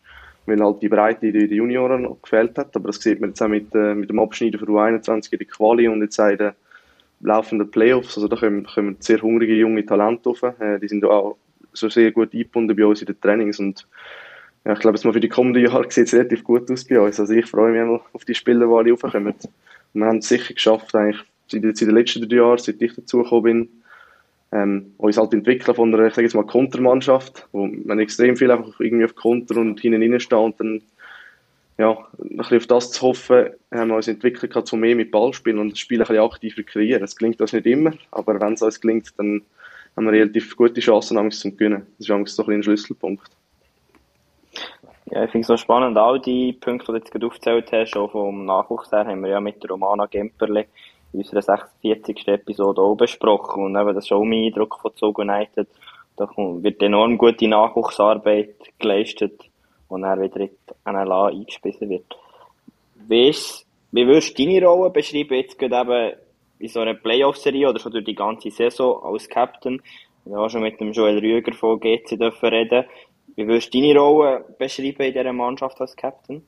weil halt die Breite in den Junioren noch gefehlt hat. Aber das sieht man jetzt auch mit, äh, mit dem Abschneiden von U einundzwanzig in der Quali und jetzt auch in den laufenden Playoffs. Also da kommen, kommen sehr hungrige junge Talente rauf. Äh, die sind auch so sehr gut eingebunden bei uns in den Trainings und ja, ich glaube, jetzt mal für die kommenden Jahre sieht es relativ gut aus bei uns. Also ich freue mich immer auf die Spieler, die alle raufkommen. Und wir haben es sicher geschafft, eigentlich seit in den letzten drei Jahren, seit ich dazugekommen bin, ähm, uns halt entwickeln von einer, ich sage jetzt mal, Kontermannschaft, wo man extrem viel einfach irgendwie auf Konter und hinten rein steht und dann ja, ein bisschen auf das zu hoffen, haben wir uns entwickelt, zu mehr mit Ball spielen und das Spiel ein bisschen aktiver kreieren. Es gelingt uns nicht immer, aber wenn es uns gelingt, dann haben wir relativ gute Chancen Angst zum Gewinnen. Das ist Angst so ein, ein Schlüsselpunkt. Ja, ich finde es so spannend, all die Punkte, die du jetzt gerade aufgezählt hast, auch vom Nachwuchs her, haben wir ja mit der Romana Gemperle in unserer sechsundvierzigsten Episode auch besprochen. Und eben, das ist auch mein Eindruck von Zug United. Da wird enorm gute Nachwuchsarbeit geleistet und er wieder in die N L A eingespissen wird. Wie, ist, wie würdest du deine Rolle beschreiben, jetzt gerade eben in so einer Playoff-Serie oder schon durch die ganze Saison als Captain? Wir haben schon mit dem Joel Rüeger von G C dürfen reden. Wie würdest du deine Rolle beschreiben in dieser Mannschaft als Captain?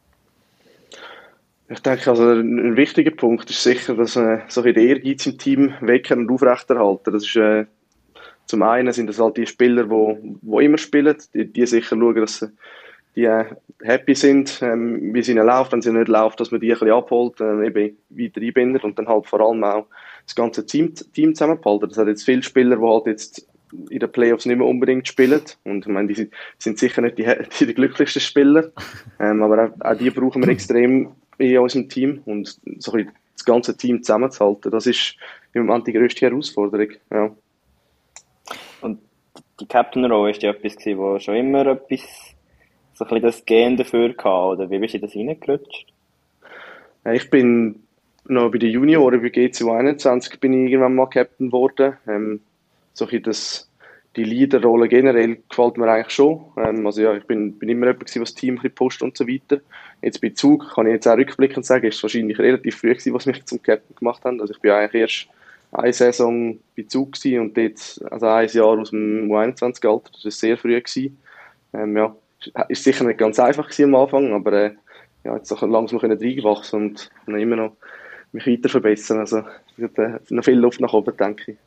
Ich denke, also ein wichtiger Punkt ist sicher, dass äh, so ein bisschen Ehrgeiz im Team wecken und aufrechterhalten. Das ist, äh, zum einen sind das halt die Spieler, die, die immer spielen, die, die sicher schauen, dass die äh, happy sind, ähm, wie es ihnen läuft, wenn es ihnen nicht läuft, dass man die ein bisschen abholt, äh, eben weiter einbindet und dann halt vor allem auch das ganze Team, Team zusammenhalten. Das hat jetzt viele Spieler, die halt jetzt in den Playoffs nicht mehr unbedingt spielen. Und ich meine, die sind sicher nicht die, die, die glücklichsten Spieler. Ähm, aber auch, auch die brauchen wir extrem in unserem Team. Und so ein bisschen das ganze Team zusammenzuhalten, das ist im Moment die grösste Herausforderung. Ja. Und die Captain-Rolle ist ja etwas gewesen, wo schon immer etwas, so ein bisschen das Gen dafür hatte, oder wie bist du in das reingerutscht? Ich bin noch bei den Junioren, bei G C U einundzwanzig bin ich irgendwann mal Captain geworden. Ähm, so ein das, die Leaderrolle generell gefällt mir eigentlich schon. Ähm, also ja, ich bin, bin immer jemand gewesen, was das Team ein bisschen pusht und so weiter. Jetzt bei Zug kann ich jetzt auch rückblickend sagen, ist es wahrscheinlich relativ früh gewesen, was mich zum Captain gemacht haben. Also ich bin eigentlich erst eine Saison bei Zug gewesen und dort, also ein Jahr aus dem U einundzwanzig-Alter, das war sehr früh gewesen. Ähm, ja, ist sicher nicht ganz einfach gewesen am Anfang, aber äh, ja, jetzt auch langsam reingewachsen und dann immer noch mich weiter verbessern. Also es hat äh, noch viel Luft nach oben, denke ich.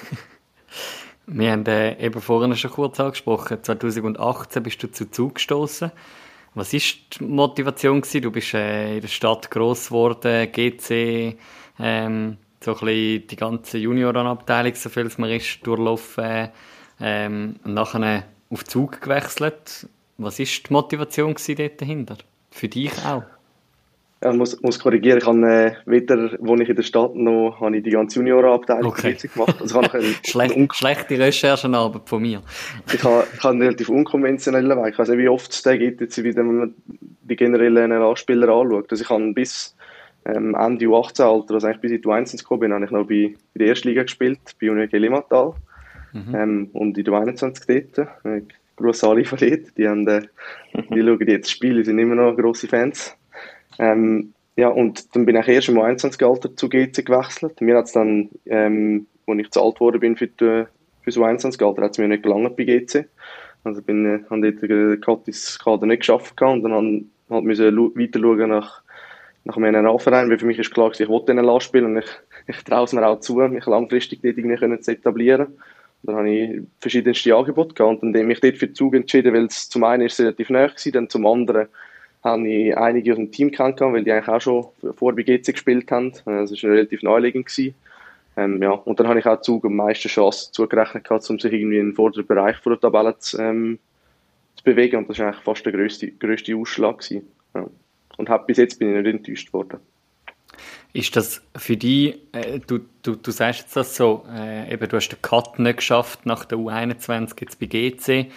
Wir haben äh, eben vorhin schon kurz angesprochen, zweitausendachtzehn bist du zu Zug gestoßen. Was war die Motivation gewesen? Du bist äh, in der Stadt gross geworden, G C, ähm, so ein bisschen die ganze Juniorenabteilung, so viel es mir ist, durchlaufen ähm, und nachher auf Zug gewechselt. Was war die Motivation gewesen dort dahinter? Für dich auch? Ja, ich muss, muss korrigieren, ich habe äh, weder, wo ich in der Stadt noch, habe ich die ganze Juniorenabteilung okay. gemacht. Also ich habe einen, Schlecht, einen schlechte Recherchenarbeit von mir. ich habe, ich habe einen relativ unkonventionellen Weg. Ich weiß nicht, wie oft es den gibt, jetzt, wenn man die generellen N L A-Spieler anschaut. Also ich habe bis ähm, Ende U achtzehn-Alter, also eigentlich bis ich in U einundzwanzig gekommen bin, habe ich noch bei, bei der ersten Liga gespielt, bei Union Limmatal. Mhm. Ähm, und in der U einundzwanzig dort. Äh, Gruß alle von dort. Die, haben, äh, die schauen jetzt das Spiel, die sind immer noch grosse Fans. Ähm, ja, und dann bin ich erst im U einundzwanzig-Alter zu G C gewechselt. Mir hat es dann, ähm, als ich zu alt geworden bin für, die, für das U einundzwanzig-Alter, hat es mir nicht gelangt bei G C. Also bin äh, habe dort den Kader nicht geschafft und dann haben halt müssen weiter schauen nach, nach einem N L A-Verein, weil für mich ist klar gewesen, ich wollte N L A spielen und ich, ich traue es mir auch zu, mich langfristig dort irgendwie können zu etablieren. Dann habe ich verschiedenste Angebote gehabt und dann habe ich mich dort für Zug entschieden, weil es zum einen ist es relativ nahe war, dann zum anderen habe ich einige aus dem Team kennengelernt, weil die eigentlich auch schon vor bei G C gespielt haben. Das war relativ naheliegend gewesen. Ähm, ja. Und dann habe ich auch Zug am meisten Chancen zugerechnet gehabt, um sich irgendwie in den vorderen Bereich von der Tabelle zu, ähm, zu bewegen. Und das war eigentlich fast der grösste, grösste Ausschlag gewesen. Ja. Und bis jetzt bin ich nicht enttäuscht worden. Ist das für dich, äh, du, du, du sagst jetzt das so, äh, eben, du hast den Cut nicht geschafft nach der U einundzwanzig jetzt bei G C.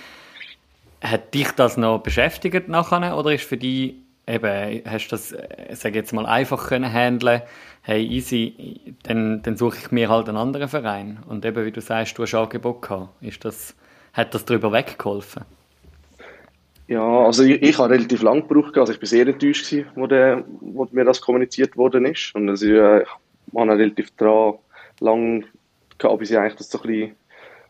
Hat dich das noch beschäftigt nachher oder ist für dich, eben, hast du das, äh, sag jetzt mal, einfach können handeln, hey, easy, dann, dann suche ich mir halt einen anderen Verein. Und eben, wie du sagst, du hast Angebot gehabt. Ist das, hat das darüber weggeholfen? Ja, also ich, ich habe relativ lange gebraucht, also ich war sehr enttäuscht gewesen, wo, der, wo mir das kommuniziert worden ist. Und also ich, ich habe relativ dran lang gehabt, bis ich eigentlich das so ein bisschen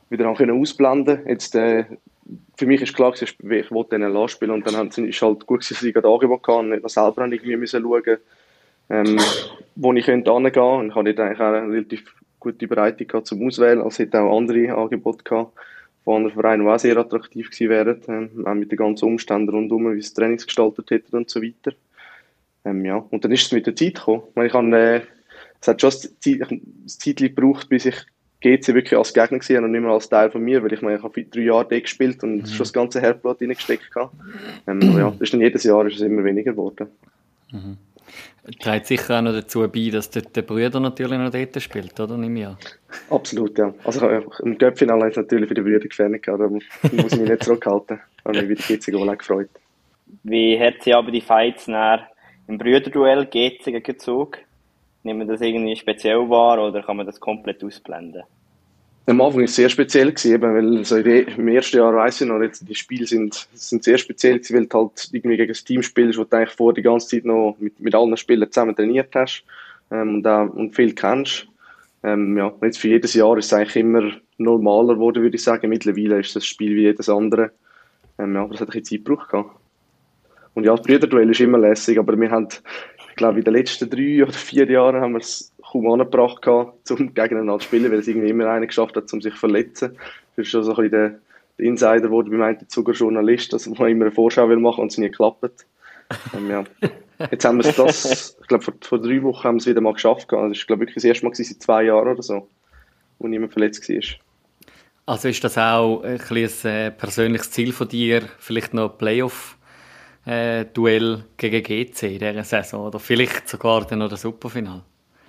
wieder haben können ausblenden. Jetzt, äh, für mich ist klar, ich wollte denen lassen spielen und dann haben sie, ist halt gut, dass sie gerade Angebot hatten und nicht noch selber irgendwie müssen schauen, ähm, wo ich könnte hingehen. Und ich hatte eigentlich auch eine relativ gute Bereitung gehabt zum Auswählen, als hätte auch andere Angebote gehabt von anderen Vereinen, die auch sehr attraktiv gewesen wären, ähm, auch mit den ganzen Umständen rundherum, wie es Trainings gestaltet hätten und so weiter. Ähm, ja. Und dann ist es mit der Zeit gekommen. Ich habe, äh, es hat schon ein Zeit gebraucht, bis ich G C wirklich als Gegner gesehen und nicht mehr als Teil von mir, weil ich meine, ich habe drei Jahre dort gespielt und mhm. schon das ganze Herzblatt reingesteckt habe. Ähm, aber ja, das ist dann jedes Jahr ist es immer weniger geworden. Mhm. Trägt sicher auch noch dazu bei, dass der, der Bruder natürlich noch dort spielt, oder? Nicht mehr. Absolut, ja. Also im Cup-Finale ist natürlich für die Brüder gefährlich, aber da muss ich mich nicht zurückhalten. Ich habe mich wieder G C wohl gefreut. Wie hat sie aber die Fights nach im Brüderduell G C gegen Zug? Nimmt man das irgendwie speziell wahr oder kann man das komplett ausblenden? Am Anfang war es sehr speziell, gewesen, weil so im ersten Jahr weiss ich noch, jetzt, die Spiele sind, sind sehr speziell, weil du halt irgendwie gegen ein Team spielst, wo du eigentlich vor die ganze Zeit noch mit, mit allen Spielern zusammen trainiert hast ähm, und, auch, und viel kennst. Ähm, ja, jetzt für jedes Jahr ist es eigentlich immer normaler geworden, würde ich sagen. Mittlerweile ist das Spiel wie jedes andere. Ähm, ja, aber es hat ein bisschen Zeit gebraucht. Und ja, das Brüderduell ist immer lässig, aber wir haben, ich glaube, in den letzten drei oder vier Jahren haben wir es kaum angebracht, um gegeneinander zu spielen, weil es irgendwie immer einer geschafft hat, um sich zu verletzen. Das ist schon so ein bisschen der, der Insider geworden bei meinem Zuger Journalist, dass man immer eine Vorschau will machen und es nie klappt. Ähm, ja. Jetzt haben wir es das, ich glaube, vor, vor drei Wochen haben wir es wieder mal geschafft. Das ist, glaube ich, wirklich das erste Mal seit zwei Jahren oder so, wo niemand verletzt war. Also ist das auch ein, ein äh, persönliches Ziel von dir, vielleicht noch Playoff Äh, Duell gegen G C in dieser Saison oder vielleicht sogar dann noch das Superfinale?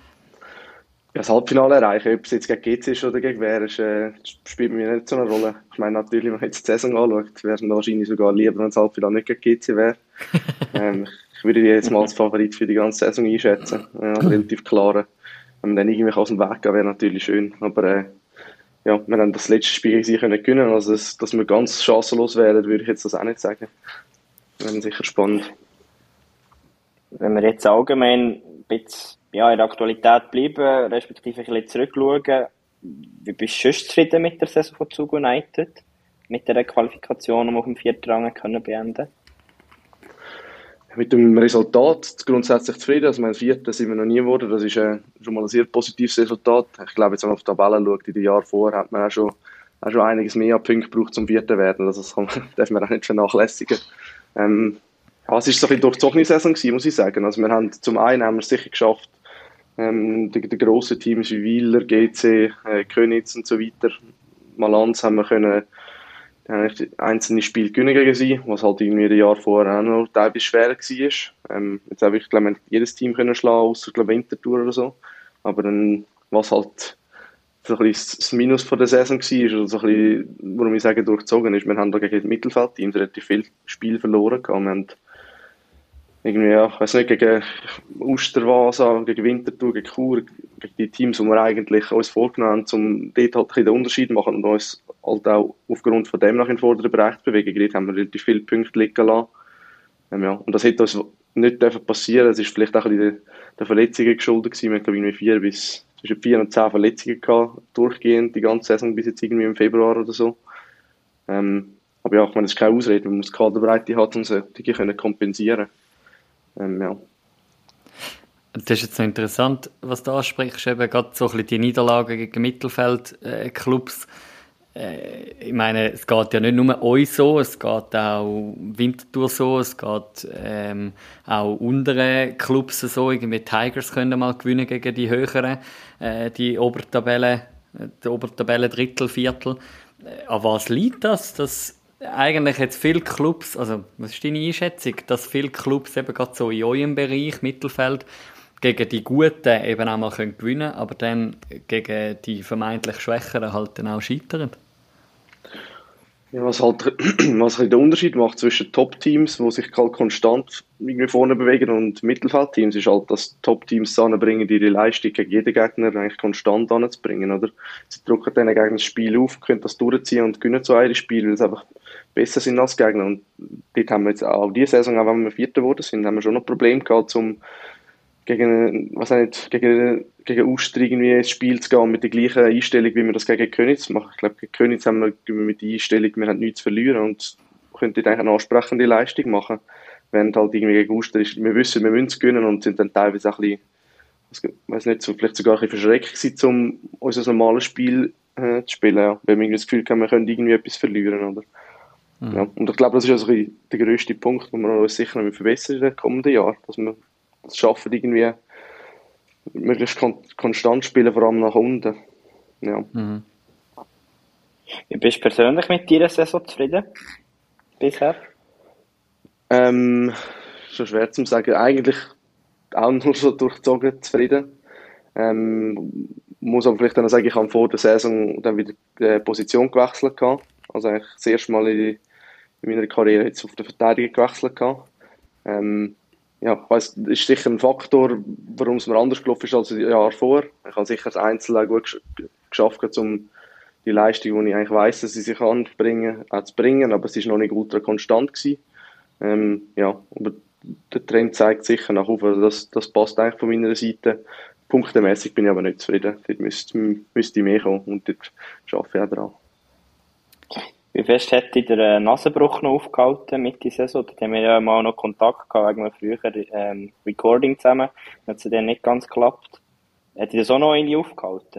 Ja, das Halbfinale erreichen, ob es jetzt gegen G C ist oder gegen wer, ist, äh, spielt bei mir nicht so eine Rolle. Ich meine natürlich, wenn man jetzt die Saison anschaut, wäre es wahrscheinlich sogar lieber, wenn das Halbfinale nicht gegen G C wäre. ähm, ich würde die jetzt mal als Favorit für die ganze Saison einschätzen. Ja, relativ klar. Wenn man dann irgendwie aus dem Weg gehen, wäre natürlich schön. Aber äh, ja, wir haben das letzte Spiel gegen sie können gewinnen. Also, dass, dass wir ganz chancenlos wären, würde ich jetzt das auch nicht sagen. Das wäre sicher spannend. Wenn wir jetzt allgemein ein bisschen ja, in der Aktualität bleiben, respektive ein bisschen zurückschauen, wie bist du sonst zufrieden mit der Saison von Zug United? Mit der Qualifikation, um auf dem vierten Rang können beenden? Mit dem Resultat grundsätzlich zufrieden. Also mein Vierter sind wir noch nie geworden. Das ist äh, schon mal ein sehr positives Resultat. Ich glaube, jetzt wenn man auf die Tabelle schaut, in den Jahren vorher, hat man auch schon, auch schon einiges mehr Punkte gebraucht zum Vierten zu werden. Also das kann, darf man auch nicht vernachlässigen. Ähm, ja, es war so ein bisschen durchzogene Saison gewesen, muss ich sagen. Also wir haben, zum einen haben wir es sicher geschafft, ähm, die, die grossen Teams wie Wieler, G C, äh, Königs und so weiter, Malanz haben wir können äh, einzelne Spiele gewinnen gegen sie, was halt irgendwie ein Jahr vorher auch noch teilweise schwerer war. Ähm, jetzt habe ich, glaube ich, jedes Team können schlagen, außer glaube Winterthur oder so. Aber dann, was halt so ein bisschen das Minus von der Saison war, oder so ein bisschen, warum ich sage, durchgezogen ist, wir haben da gegen die Mittelfeldteams relativ viel Spiel verloren gehabt. Wir haben irgendwie, ja, ich weiß nicht, gegen Osterwasa, gegen Winterthur, gegen Chur, gegen die Teams, die wir eigentlich uns vorgenommen haben, um dort halt den Unterschied zu machen und uns halt auch aufgrund von dem nach in den vorderen Bereich zu bewegen. Dort haben wir relativ viele Punkte liegen lassen. Ähm, ja. Und das hätte uns nicht passieren dürfen. Es ist vielleicht auch ein bisschen der Verletzungen geschuldet gewesen. Wir haben, glaube ich, irgendwie vier bis zwischen vier und zehn Verletzungen gehabt, durchgehend die ganze Saison bis jetzt irgendwie im Februar oder so. Ähm, aber ja, ich meine, das ist keine Ausrede. Man muss die Kaderbreite haben, um solche können kompensieren. Ähm, ja. Das ist jetzt noch interessant, was du ansprichst, eben gerade so ein bisschen die Niederlagen gegen Mittelfeldclubs. Äh, ich meine, es geht ja nicht nur uns so, es geht auch Winterthur so, es geht ähm, auch untere Clubs so, irgendwie Tigers können mal gewinnen gegen die höheren, äh, die Obertabellen, die Obertabellen Drittel, Viertel. Äh, an was liegt das, dass eigentlich jetzt viele Clubs, also was ist deine Einschätzung, dass viele Clubs eben gerade so in eurem Bereich, Mittelfeld, gegen die Guten eben auch mal können gewinnen, aber dann gegen die vermeintlich Schwächeren halt dann auch scheitern? Ja, was halt was halt den Unterschied macht zwischen Top-Teams, die sich halt konstant irgendwie vorne bewegen, und Mittelfeldteams, ist halt, dass Top-Teams anbringen, ihre Leistung gegen jeden Gegner eigentlich konstant anzubringen, oder? Sie drücken diesen Gegner das Spiel auf, können das durchziehen und gewinnen so ein Spiel, weil sie einfach besser sind als Gegner. Und dort haben wir jetzt auch diese Saison, auch wenn wir Vierter geworden sind, haben wir schon noch Probleme gehabt, um gegen, was nicht, gegen gegen Uster irgendwie ins Spiel zu gehen mit der gleichen Einstellung, wie wir das gegen Königs machen. Ich glaube, gegen Königs haben wir mit der Einstellung, wir haben nichts zu verlieren und können dort eigentlich eine ansprechende Leistung machen. Während halt irgendwie gegen Uster ist, wir wissen, wir müssen es gewinnen und sind dann teilweise auch ein bisschen, ich weiß nicht, so, vielleicht sogar ein bisschen verschreckt gewesen, um unser normales Spiel äh, zu spielen. Ja. Weil wir irgendwie das Gefühl haben, wir können irgendwie etwas verlieren, oder? Mhm. Ja. Und ich glaube, das ist also der grösste Punkt, den wir uns sicher noch verbessern in den kommenden Jahren. Dass wir es schaffen, irgendwie möglichst kon- konstant spielen, vor allem nach unten. Ja. Mhm. Wie bist du persönlich mit deiner Saison zufrieden? Bisher? Ähm, schon schwer zu sagen. Eigentlich auch nur so durchgezogen zufrieden. Ähm, muss aber vielleicht dann sagen, ich habe vor der Saison dann wieder die Position gewechselt gehabt. Also eigentlich das erste Mal in, in meiner Karriere jetzt auf der Verteidigung gewechselt gehabt. Ähm, ja, ich weiss, das ist sicher ein Faktor, warum es mir anders gelaufen ist als ein Jahr vor. Ich habe sicher das Einzelne gut gesch- geschafft, um die Leistung, die ich eigentlich weiss, dass sie sich anbringen, auch zu bringen, aber es ist noch nicht ultra konstant gewesen. Ähm, ja, aber der Trend zeigt sicher nach oben, also das, das passt eigentlich von meiner Seite. Punktemäßig bin ich aber nicht zufrieden. Dort müsste, müsste ich mehr kommen und dort arbeite ich auch dran. Wie fest hätte der äh, Nasenbruch noch aufgehalten mit der Saison? Da haben wir ja mal noch Kontakt gehabt wegen einem früheren ähm, Recording zusammen. Hat es dann nicht ganz geklappt. Hätte das auch noch irgendwie aufgehalten?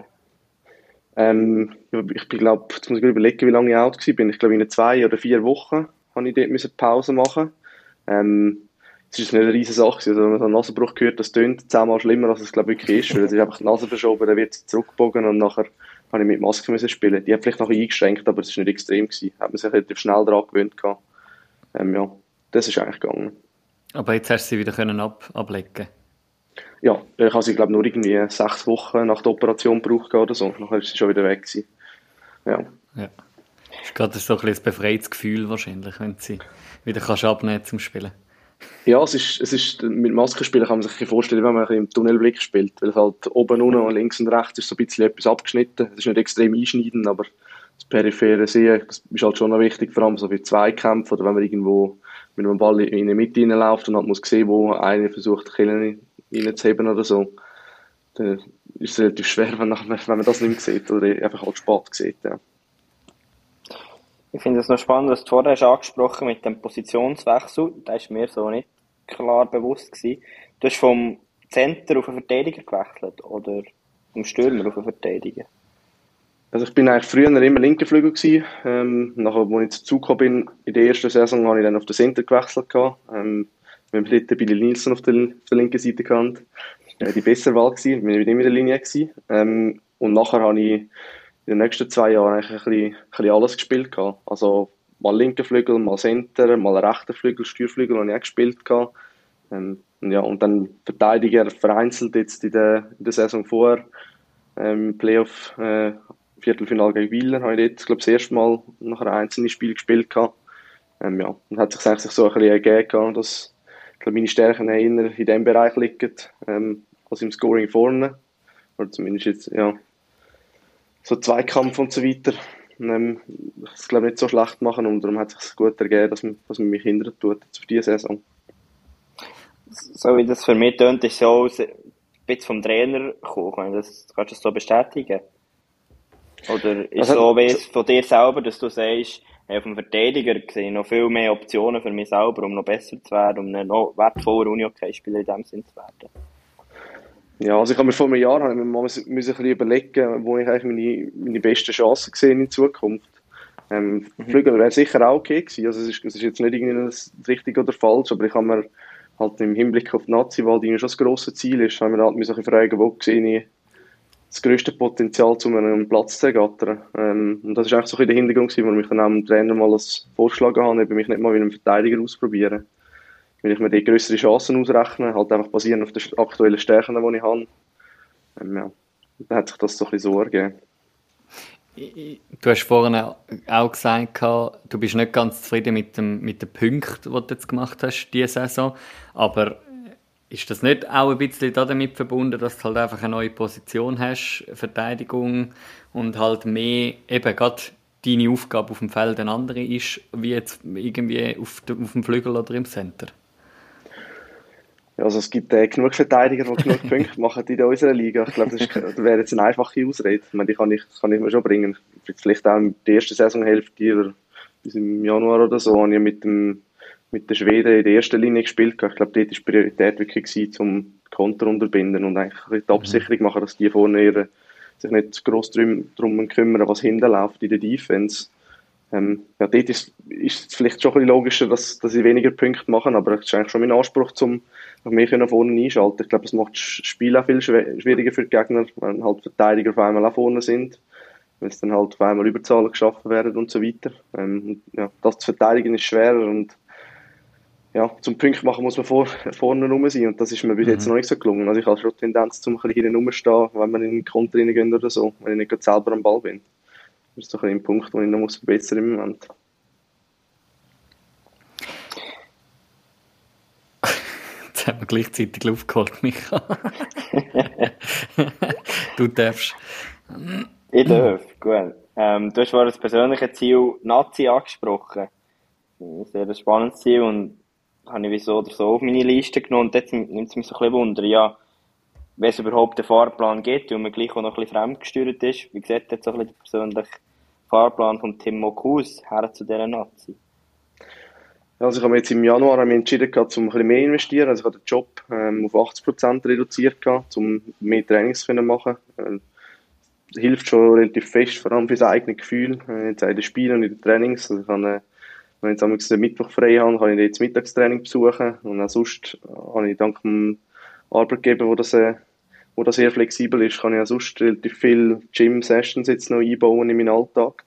Ähm, ich glaube, jetzt muss ich überlegen, wie lange ich out war. Ich glaube, in zwei oder vier Wochen habe ich dort Pause machen. Ähm, es ist nicht eine riesige Sache. Also, wenn man so einen Nasenbruch hört, das tönt zehnmal schlimmer, als es glaube ich wirklich ist. Weil es ist einfach die Nase verschoben, dann wird sie zurückgebogen und nachher habe ich mit Maske müssen spielen. Die hat vielleicht noch eingeschränkt, aber es war nicht extrem gewesen. Hat man sich relativ schnell daran gewöhnt gehabt. Ähm, ja, das ist eigentlich gegangen. Aber jetzt hast du sie wieder können ab- ablegen. Ja, ich habe sie glaube nur irgendwie sechs Wochen nach der Operation gebraucht oder so. Nachher ist sie schon wieder weg gewesen. Ja. Ja. Das ist gerade so ein bisschen ein befreites Gefühl wahrscheinlich, wenn du sie wieder kannst abnehmen zum Spielen. Ja, es ist, es ist, mit Maskenspielen kann man sich ein bisschen vorstellen, wenn man ein bisschen im Tunnelblick spielt, weil es halt oben, unten und links und rechts ist so ein bisschen etwas abgeschnitten. Es ist nicht extrem einschneidend, aber das periphere Sehen, das ist halt schon noch wichtig, vor allem so für Zweikämpfe oder wenn man irgendwo mit einem Ball in die Mitte reinläuft und halt muss sehen, wo einer versucht, die Kille reinzuheben oder so. Dann ist es relativ schwer, wenn, wenn man das nicht mehr sieht oder einfach halt spät sieht. Ja. Ich finde es noch spannend, was du vorher hast angesprochen mit dem Positionswechsel. Da ist mir so nicht klar bewusst gewesen. Du hast vom Center auf einen Verteidiger gewechselt oder vom Stürmer auf einen Verteidiger? Also ich bin eigentlich früher immer linker Flügel gewesen. Ähm, nachher, als ich dazu gekommen bin, in der ersten Saison, habe ich dann auf den Center gewechselt gehabt. Ähm, wir haben dritten Billy Nielsen auf der, auf der linken Seite gehabt. Äh, die bessere Wahl gewesen. Wir waren immer in der Linie gewesen. Ähm, und nachher habe ich in den nächsten zwei Jahren eigentlich ein bisschen, ein bisschen alles gespielt gehabt. Also mal linker Flügel, mal Center, mal rechter Flügel, Stürflügel habe ich auch gespielt gehabt. Ähm, ja, und dann Verteidiger vereinzelt jetzt in der, in der Saison vorher. Ähm, Playoff, äh, Viertelfinale gegen Wieler habe ich dort, glaube ich, das erste Mal nach einem einzelnen Spiel gespielt gehabt. Ähm, ja, und hat sich eigentlich so ein bisschen ergeben gehabt, dass ich glaube, meine Stärken eher in diesem Bereich liegen, ähm, als im Scoring vorne. Oder zumindest jetzt, ja, so Zweikampf und so weiter. Ähm, ich das glaube nicht so schlecht machen und darum hat es sich gut ergeben, dass man, dass man mich hindern tut jetzt für diese Saison. So wie das für mich tönt, ist ja auch ein bisschen vom Trainer gekommen. Das, kannst du das so bestätigen? Oder ist es Also, so wie es von dir selber, dass du sagst, hey, auf dem Verteidiger sehe ich noch viel mehr Optionen für mich selber, um noch besser zu werden, um ein noch wertvoller Unihockey-Spieler in dem Sinn zu werden? Ja, also ich habe mir vor einem Jahr habe ich mir mal müssen ein bisschen überlegen, wo ich eigentlich meine, meine besten Chancen sehe in Zukunft. Ähm, mhm. Flügel wäre sicher auch okay gewesen. Also es ist, es ist jetzt nicht irgendwie das richtig oder falsch, aber ich habe mir halt im Hinblick auf die Nazi-Wahl, die schon das grosse Ziel ist, habe ich mir halt müssen fragen, wo sehe ich das grösste Potenzial, um einen Platz zu ergattern. Ähm, und das ist eigentlich so ein bisschen der Hintergrund, warum ich dann auch dem Trainer mal als vorgeschlagen habe, ob ich mich nicht mal wie einen Verteidiger ausprobieren. Weil ich mir die grössere Chancen ausrechne, halt einfach basierend auf den aktuellen Stärken, die ich habe. Ähm, ja. Dann hat sich das so ein bisschen so ergeben. Du hast vorhin auch gesagt, du bist nicht ganz zufrieden mit, dem, mit den Punkten, die du jetzt gemacht hast, diese Saison. Aber ist das nicht auch ein bisschen damit verbunden, dass du halt einfach eine neue Position hast, Verteidigung und halt mehr eben gerade deine Aufgabe auf dem Feld eine andere ist, wie jetzt irgendwie auf, de, auf dem Flügel oder im Center? Ja, also es gibt äh, genug Verteidiger, die genug Punkte machen in unserer Liga. Ich glaube, das, ist, das wäre jetzt eine einfache Ausrede. Ich meine, die kann ich, kann ich mir schon bringen. Vielleicht auch in der ersten Saisonhälfte oder bis im Januar oder so, habe ich mit, dem, mit den Schweden in der ersten Linie gespielt. Ich glaube, dort war die Priorität wirklich gewesen, um Konter unterbinden und eigentlich die Absicherung machen, dass die vorne ihre, sich nicht gross drum, drum kümmern, was hinten läuft in der Defense. Ähm, ja, dort ist, ist es vielleicht schon ein bisschen logischer, dass, dass sie weniger Punkte machen, aber es ist eigentlich schon mein Anspruch, um mich nach vorne einschalten. Ich glaube, es macht das Spiel auch viel schwieriger für die Gegner, wenn halt Verteidiger auf einmal auch vorne sind, wenn es dann halt auf einmal Überzahlen geschaffen werden und so weiter. Ähm, ja, das zu verteidigen ist schwerer und ja, zum Punkt machen muss man vor, vorne rum sein und das ist mir bis jetzt Mhm. noch nicht so gelungen. Also ich habe schon die Tendenz, zum ein bisschen hinten rumstehen, wenn wir in den Konter reingehen oder so, wenn ich nicht gerade selber am Ball bin. Das ist so ein, ein Punkt, den ich noch muss verbessern im Moment. Jetzt haben wir gleichzeitig Luft geholt, Micha. Du darfst. Ich darf, gut. Ähm, du hast vorhin das persönliche Ziel Nazi angesprochen. Ein sehr spannendes Ziel und habe ich wieso oder so auf meine Liste genommen. Und jetzt nimmt es mich so ein bisschen Wunder, ja, wenn es überhaupt einen Fahrplan gibt, weil man gleich auch noch ein bisschen fremdgesteuert ist. Wie sieht jetzt so ein bisschen der persönliche Fahrplan von Tim Mokus her zu dieser Nazi? Also ich habe mich jetzt im Januar habe ich entschieden, gehabt, um ein bisschen mehr zu investieren. Also ich habe den Job ähm, auf achtzig Prozent reduziert, gehabt, um mehr Trainings zu machen. Ähm, das hilft schon relativ fest, vor allem für das eigene Gefühl. Äh, jetzt auch in den Spielen und in den Trainings. Also ich kann, äh, wenn ich jetzt am Mittwoch frei habe, kann ich jetzt Mittagstraining besuchen. Und auch sonst habe ich dank dem Arbeitgeber, wo das, äh, wo das sehr flexibel ist, kann ich auch sonst relativ viele Gym-Sessions jetzt noch einbauen in meinen Alltag.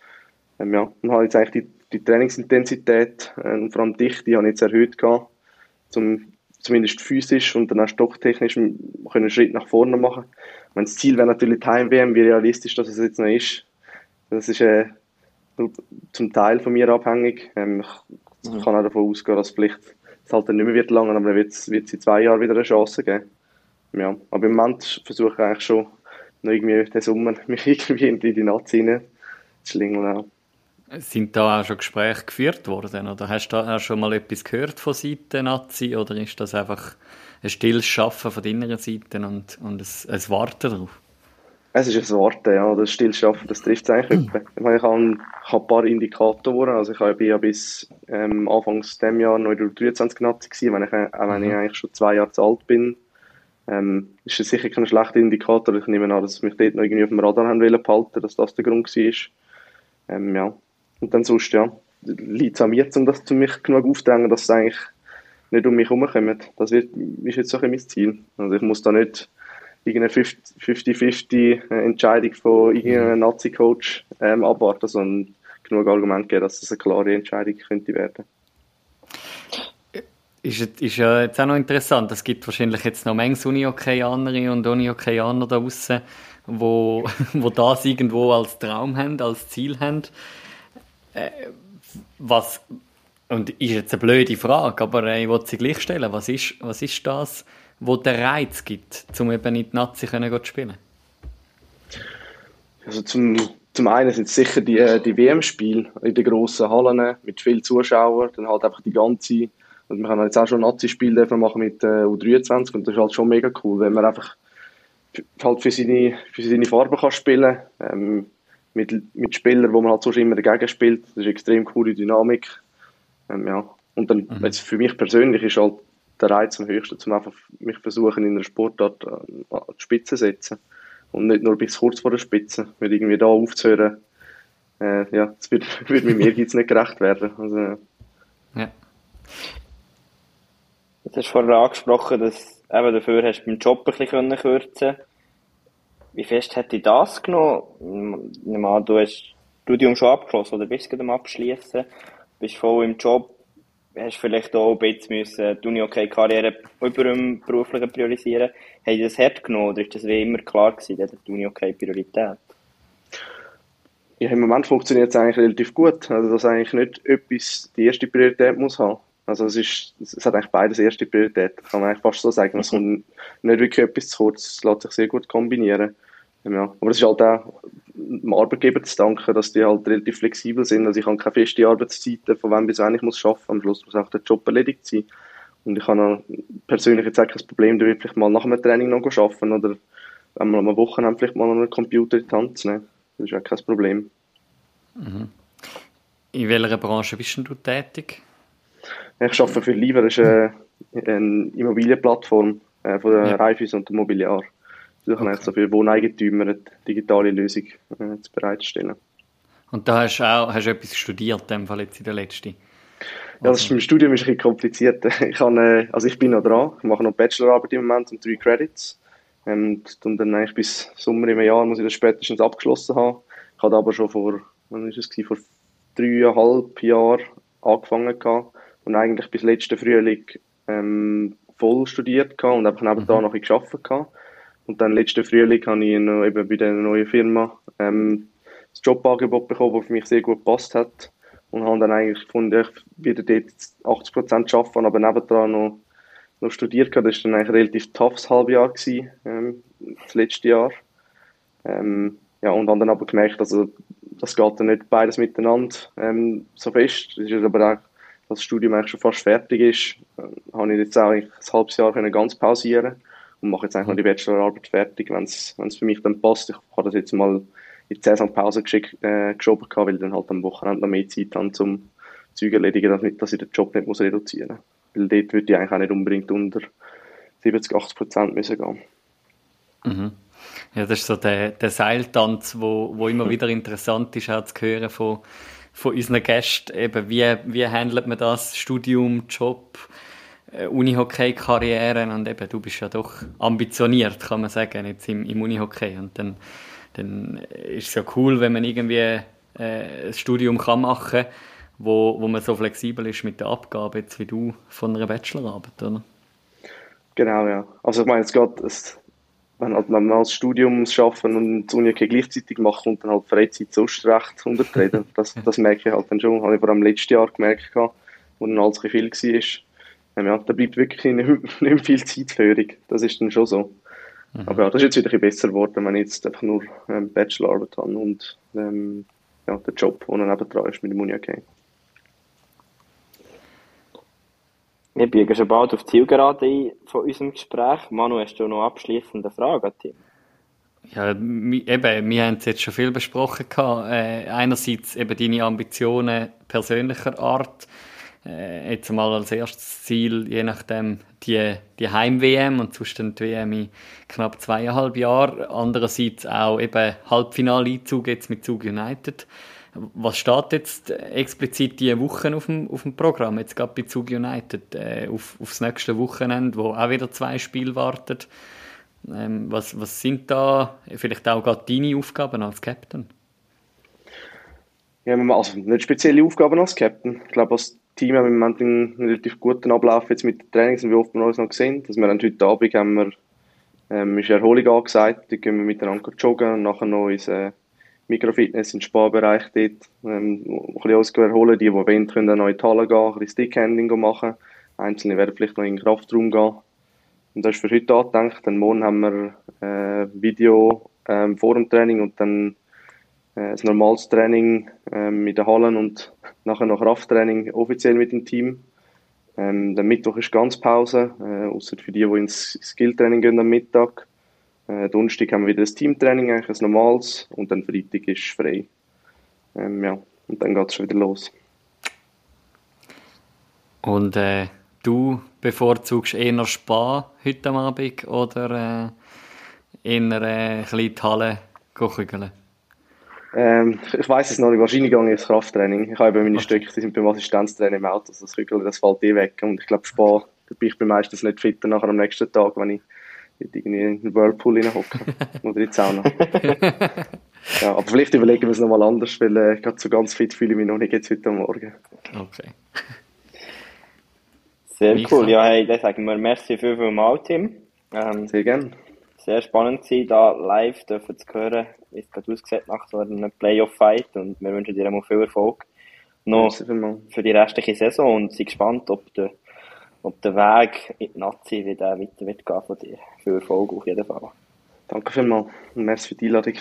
Ähm, ja, und habe jetzt eigentlich die Die Trainingsintensität äh, und vor allem die Dichte habe ich jetzt erhöht gehabt, zum, zumindest physisch und dann auch stocktechnisch können einen Schritt nach vorne machen. Mein Ziel wäre natürlich die Heim-W M, wie realistisch das jetzt noch ist. Das ist äh, nur zum Teil von mir abhängig. Ähm, ich Mhm. kann auch davon ausgehen, dass vielleicht es halt dann nicht mehr wird lange, aber dann wird es wird es in zwei Jahren wieder eine Chance geben. Ja, aber im Moment versuche ich eigentlich schon noch irgendwie den Sommer mich irgendwie in die Nazi rein zu schlingen. Auch. Sind da auch schon Gespräche geführt worden? Oder hast du da auch schon mal etwas gehört von Seiten Nazi? Oder ist das einfach ein stilles Schaffen von deiner Seite und, und ein, ein Warten darauf? Es ist ein Warten, ja, das Stillschaffen, das trifft es eigentlich etwa. Ich meine, ich habe, ich habe ein paar Indikatoren, also ich bin ja bis ähm, Anfangs diesem Jahr noch in der dreiundzwanzig Nazi gewesen, wenn ich, auch wenn ich eigentlich schon zwei Jahre zu alt bin. Ähm, ist es sicher kein schlechter Indikator, ich nehme an, dass sie mich dort noch irgendwie auf dem Radar haben wollen behalten, dass das der Grund war. Ähm, ja. Und dann sonst, ja, liegt es an mir, um das zu mich genug aufzudrängen, dass es eigentlich nicht um mich herumkommt. Das wird, ist jetzt so ein bisschen mein Ziel. Also ich muss da nicht irgendeine fünfzig fünfzig Entscheidung von irgendeinem Nazi-Coach ähm, abwarten, sondern genug Argumente geben, dass das eine klare Entscheidung könnte werden. Ist, ist ja jetzt auch noch interessant, es gibt wahrscheinlich jetzt noch Menge Uni-Hockeyanerinnen und Uni-Hockeyaner da draussen, wo, wo das irgendwo als Traum haben, als Ziel haben. Äh, was, und ist jetzt eine blöde Frage, aber äh, ich wollte sie gleich stellen. Was ist, was ist das, wo der Reiz gibt, um eben in die Nazi können zu spielen? Also zum, zum einen sind es sicher die, die W M-Spiele in den grossen Hallen mit vielen Zuschauern, dann halt einfach die ganze, also wir haben jetzt auch schon Nazi-Spiele machen mit äh, U dreiundzwanzig und das ist halt schon mega cool, wenn man einfach halt für seine, für seine Farben kann spielen ähm, mit, mit Spielern, wo man halt sonst immer dagegen spielt. Das ist eine extrem coole Dynamik. Ähm, ja. Und dann, mhm. jetzt für mich persönlich ist halt der Reiz am höchsten, um einfach mich versuchen, in einer Sportart an die Spitze zu setzen. Und nicht nur bis kurz vor der Spitze. Weil irgendwie da aufzuhören, äh, ja, das wird, wird mit mir jetzt nicht gerecht werden. Also, ja. Du hast vorhin angesprochen, dass eben dafür hast du beim Job ein bisschen kürzen. Wie fest hat dich das genommen? Ich nehme an, du hast das Studium schon abgeschlossen oder bist gerade am Abschließen, bist voll im Job, hast vielleicht auch ein bisschen müssen die Uni-Hockey-Karriere über dem Beruflichen priorisieren. Hast du das hart genommen oder ist das wie immer klar gewesen, dass die Uni-Hockey-Priorität? Ja, im Moment funktioniert es eigentlich relativ gut. Also, dass eigentlich nicht etwas die erste Priorität muss haben. Also, es ist, es hat eigentlich beides erste Priorität. Kann man eigentlich fast so sagen. Es kommt nicht wirklich etwas zu kurz. Es lässt sich sehr gut kombinieren. Ja. Aber es ist halt auch dem Arbeitgeber zu danken, dass die halt relativ flexibel sind. Also, ich habe keine feste Arbeitszeiten, von wann bis wann ich muss arbeiten. Am Schluss muss auch der Job erledigt sein. Und ich habe auch persönlich jetzt auch kein Problem damit, vielleicht mal nach dem Training noch zu arbeiten oder wenn wir am Wochenende vielleicht mal noch einen Computer in die Hand zu nehmen. Das ist auch kein Problem. Mhm. In welcher Branche bist denn du tätig? Ich arbeite für Liver, das ist eine, eine Immobilienplattform äh, von der Ja. Raiffeisen und der Mobiliar. Wir versuchen Okay. eigentlich so für Wohneigentümer eine digitale Lösung äh, zu bereitstellen. Und da hast du auch hast du etwas studiert, in dem Fall jetzt in der letzten. Ja, das ist im Studium ist ein bisschen kompliziert. Ich, habe, äh, also ich bin noch dran, ich mache noch Bachelorarbeit im Moment und drei Credits. Ähm, Und dann eigentlich bis Sommer im Jahr muss ich das spätestens abgeschlossen haben. Ich hatte aber schon vor, wann ist es gewesen, vor dreieinhalb Jahren angefangen gehabt und eigentlich bis letzten Frühling ähm, voll studiert gehabt und einfach nebenbei noch ein bisschen gearbeitet gehabt. Und dann letzten Frühling habe ich noch eben bei der neuen Firma ähm, das Jobangebot bekommen, das für mich sehr gut gepasst hat. Und habe dann eigentlich gefunden, ich werde dort achtzig Prozent arbeiten, aber nebendran noch, noch studiert. Das war dann eigentlich ein relativ toughes Halbjahr gewesen, ähm, das letzte Jahr. Ähm, ja, und habe dann aber gemerkt, also, das geht dann nicht beides miteinander ähm, so fest. Das ist aber auch, dass das Studium eigentlich schon fast fertig ist, äh, habe ich jetzt auch eigentlich ein halbes Jahr können ganz pausieren und mache jetzt eigentlich noch die Bachelorarbeit fertig, wenn es für mich dann passt. Ich habe das jetzt mal in die Saisonpause geschickt, äh, geschoben, gehabt, weil ich dann halt am Wochenende noch mehr Zeit habe, um Zeug erledigen, damit dass ich den Job nicht muss reduzieren muss. Weil dort würde ich eigentlich auch nicht unbedingt unter siebzig, achtzig Prozent müssen gehen. Mhm. Ja, das ist so der, der Seiltanz, wo, wo immer wieder interessant ist, auch zu hören von, von unseren Gästen. Eben, wie, wie handelt man das? Studium, Job, äh, Unihockey-Karriere. Und eben, du bist ja doch ambitioniert, kann man sagen, jetzt im, im Unihockey. Und dann, dann ist es ja cool, wenn man irgendwie äh, ein Studium kann machen kann, wo, wo man so flexibel ist mit der Abgabe, jetzt wie du von einer Bachelorarbeit, oder? Genau, ja. Also ich meine, es geht, es, wenn halt man als Studium schaffen und das Uni gleichzeitig macht und dann halt Freizeit sonst recht untertreten. Das, das merke ich halt dann schon. Habe ich vor allem letztes Jahr gemerkt, wo dann alles ein viel war. Ähm, ja, da bleibt wirklich nicht, nicht mehr viel Zeit für übrig. Das ist dann schon so. Mhm. Aber ja, das ist jetzt wieder ein bisschen besser geworden, wenn ich jetzt einfach nur ähm, Bachelorarbeit habe und ähm, ja, der Job, der dann nebendran ist mit dem Uni-Hockey. Wir biegen schon bald auf die Zielgerade ein von unserem Gespräch. Manu, hast du noch abschliessende Fragen an Tim? Ja, mi- eben, wir haben es jetzt schon viel besprochen. Gehabt. Äh, einerseits eben deine Ambitionen persönlicher Art. Äh, jetzt mal als erstes Ziel, je nachdem, die, die Heim-W M und sonst dann die W M in knapp zweieinhalb Jahren. Andererseits auch eben Halbfinaleinzug jetzt mit Zug United. Was steht jetzt explizit diese Wochen auf dem, auf dem Programm, jetzt gerade bei Zug United, äh, auf, aufs nächste Wochenende, wo auch wieder zwei Spiele warten? Ähm, was, was sind da vielleicht auch gerade deine Aufgaben als Captain? Ja, also nicht spezielle Aufgaben als Captain. Ich glaube, als Team haben wir im Moment einen relativ guten Ablauf jetzt mit den Trainings, wie oft wir uns noch gesehen. Dass wir haben heute Abend haben wir, ähm, ist Erholung angesagt, da gehen wir miteinander joggen und nachher noch ins äh, Mikrofitness im Spa-Bereich dort, ähm, ein bisschen uns erholen. Die, die wollen, können dann noch in die Halle gehen, ein bisschen Stickhandling machen. Einzelne werden vielleicht noch in den Kraftraum gehen. Und das ist für heute angedacht. Dann morgen haben wir äh, Video ähm, vor dem Training und dann äh, ein normales Training ähm, in den Hallen und nachher noch Krafttraining offiziell mit dem Team. Ähm, der Mittwoch ist ganz Pause, äh, außer für die, die ins Skilltraining gehen am Mittag. Äh, Donnerstag haben wir wieder das Teamtraining, eigentlich ein normales, und dann Freitag ist frei. Ähm, ja, und dann geht es schon wieder los. Und äh, du bevorzugst eher Spa heute am Abend oder äh, eher äh, ein bisschen in die Halle kügeln? Ähm, ich weiss es noch nicht, wahrscheinlich gehe ich ins Krafttraining. Ich habe eben meine Okay. Stöcke, die sind beim Assistenztraining im Auto, also das Kügeln, das fällt eh weg. Und ich glaube, Spa, da bin ich bei meistens nicht fitter nachher am nächsten Tag, wenn ich irgendwie in den Whirlpool reinhocke oder in die Sauna. Ja, aber vielleicht überlegen wir es nochmal anders, weil äh, gerade so ganz fit fühle ich mich noch nicht jetzt heute Morgen. Okay. Sehr Micha? cool. Ja, hey, dann sagen wir merci viel, viel mal, Tim. Ähm, Sehr gerne. sehr spannend gewesen, da live dürfen zu hören, wie es gerade aussieht nach so einem Playoff-Fight, und wir wünschen dir einmal viel Erfolg noch Merci vielmals. für die restliche Saison und sind gespannt, ob der, ob der Weg in die Nazi wie der weiter wird gehen von dir. Viel Erfolg auf jeden Fall. Danke vielmals und merci für die Einladung.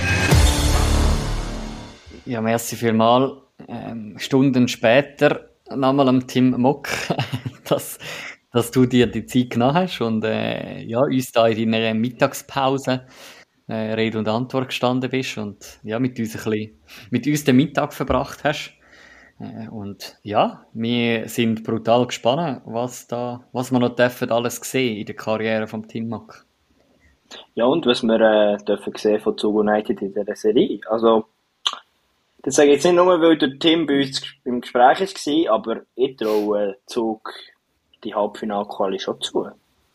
Ja, merci vielmals. Ähm, Stunden später nochmal am Tim Mock, dass, dass du dir die Zeit genommen hast und äh, ja, uns da in deiner Mittagspause äh, Rede und Antwort gestanden bist und ja, mit uns ein bisschen, mit uns den Mittag verbracht hast. Äh, und ja, wir sind brutal gespannt, was da, was wir noch dürfen alles sehen in der Karriere vom Tim Mock. Ja, und was wir äh, dürfen sehen von Zug United in dieser Serie. Also, das sage ich jetzt nicht nur, weil der Tim bei uns im Gespräch war, aber ich traue Zug die Halbfinalquali schon zu.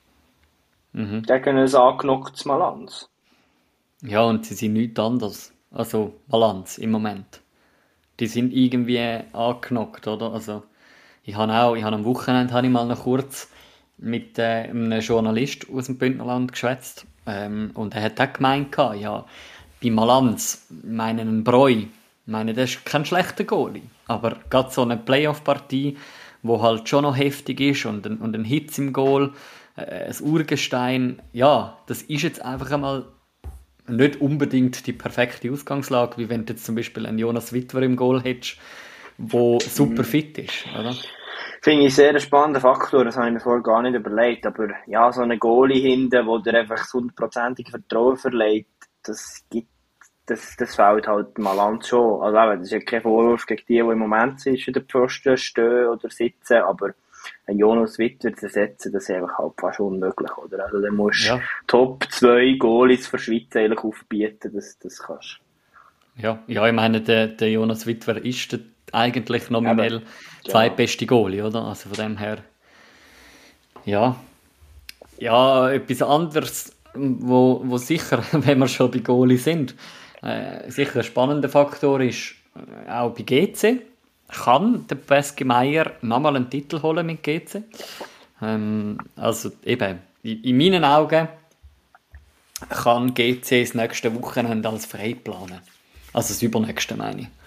Mhm. Gegen ein angeknocktes Malanz. Ja, und sie sind nichts anderes. Also Balance im Moment. Die sind irgendwie angeknockt, oder? Also ich habe auch, ich habe am Wochenende habe ich mal noch kurz mit äh, einem Journalist aus dem Bündnerland geschwätzt ähm, und er hat auch gemeint, ja, bei Malanz, meinen Breu, ich meine, das ist kein schlechter Goalie, aber gerade so eine Playoff-Partie, wo halt schon noch heftig ist und ein, und ein Hitz im Goal, äh, ein Urgestein, ja, das ist jetzt einfach einmal nicht unbedingt die perfekte Ausgangslage, wie wenn du jetzt zum Beispiel einen Jonas Wittwer im Goal hättest, der super fit ist, oder? Finde ich sehr einen spannenden Faktor, das habe ich mir vorher gar nicht überlegt, aber ja, so eine Goalie hinten, wo dir einfach das hundertprozentige Vertrauen verleiht, das gibt, das, das fehlt halt mal an schon. Also eben, das ist ja kein Vorwurf gegen die, die im Moment zwischen den Pfosten stehen oder sitzen, aber ein Jonas Wittwer zu setzen, das ist einfach halt fast unmöglich, oder? Also dann musst du ja. Top zwei Goalies für Schweiz eigentlich aufbieten, das, das kannst ja, ja, ich meine, der, der Jonas Wittwer ist der eigentlich nominell ja, zweitbeste Goalie, oder? Also von dem her, ja, ja, etwas anderes, wo, wo sicher, wenn wir schon bei Goalie sind, äh, sicher ein spannender Faktor ist, äh, auch bei G C, kann der Peski Meier nochmal einen Titel holen mit G C. Ähm, also eben, in, in meinen Augen kann G C das nächste Wochenende als frei planen. Also das übernächste, meine ich.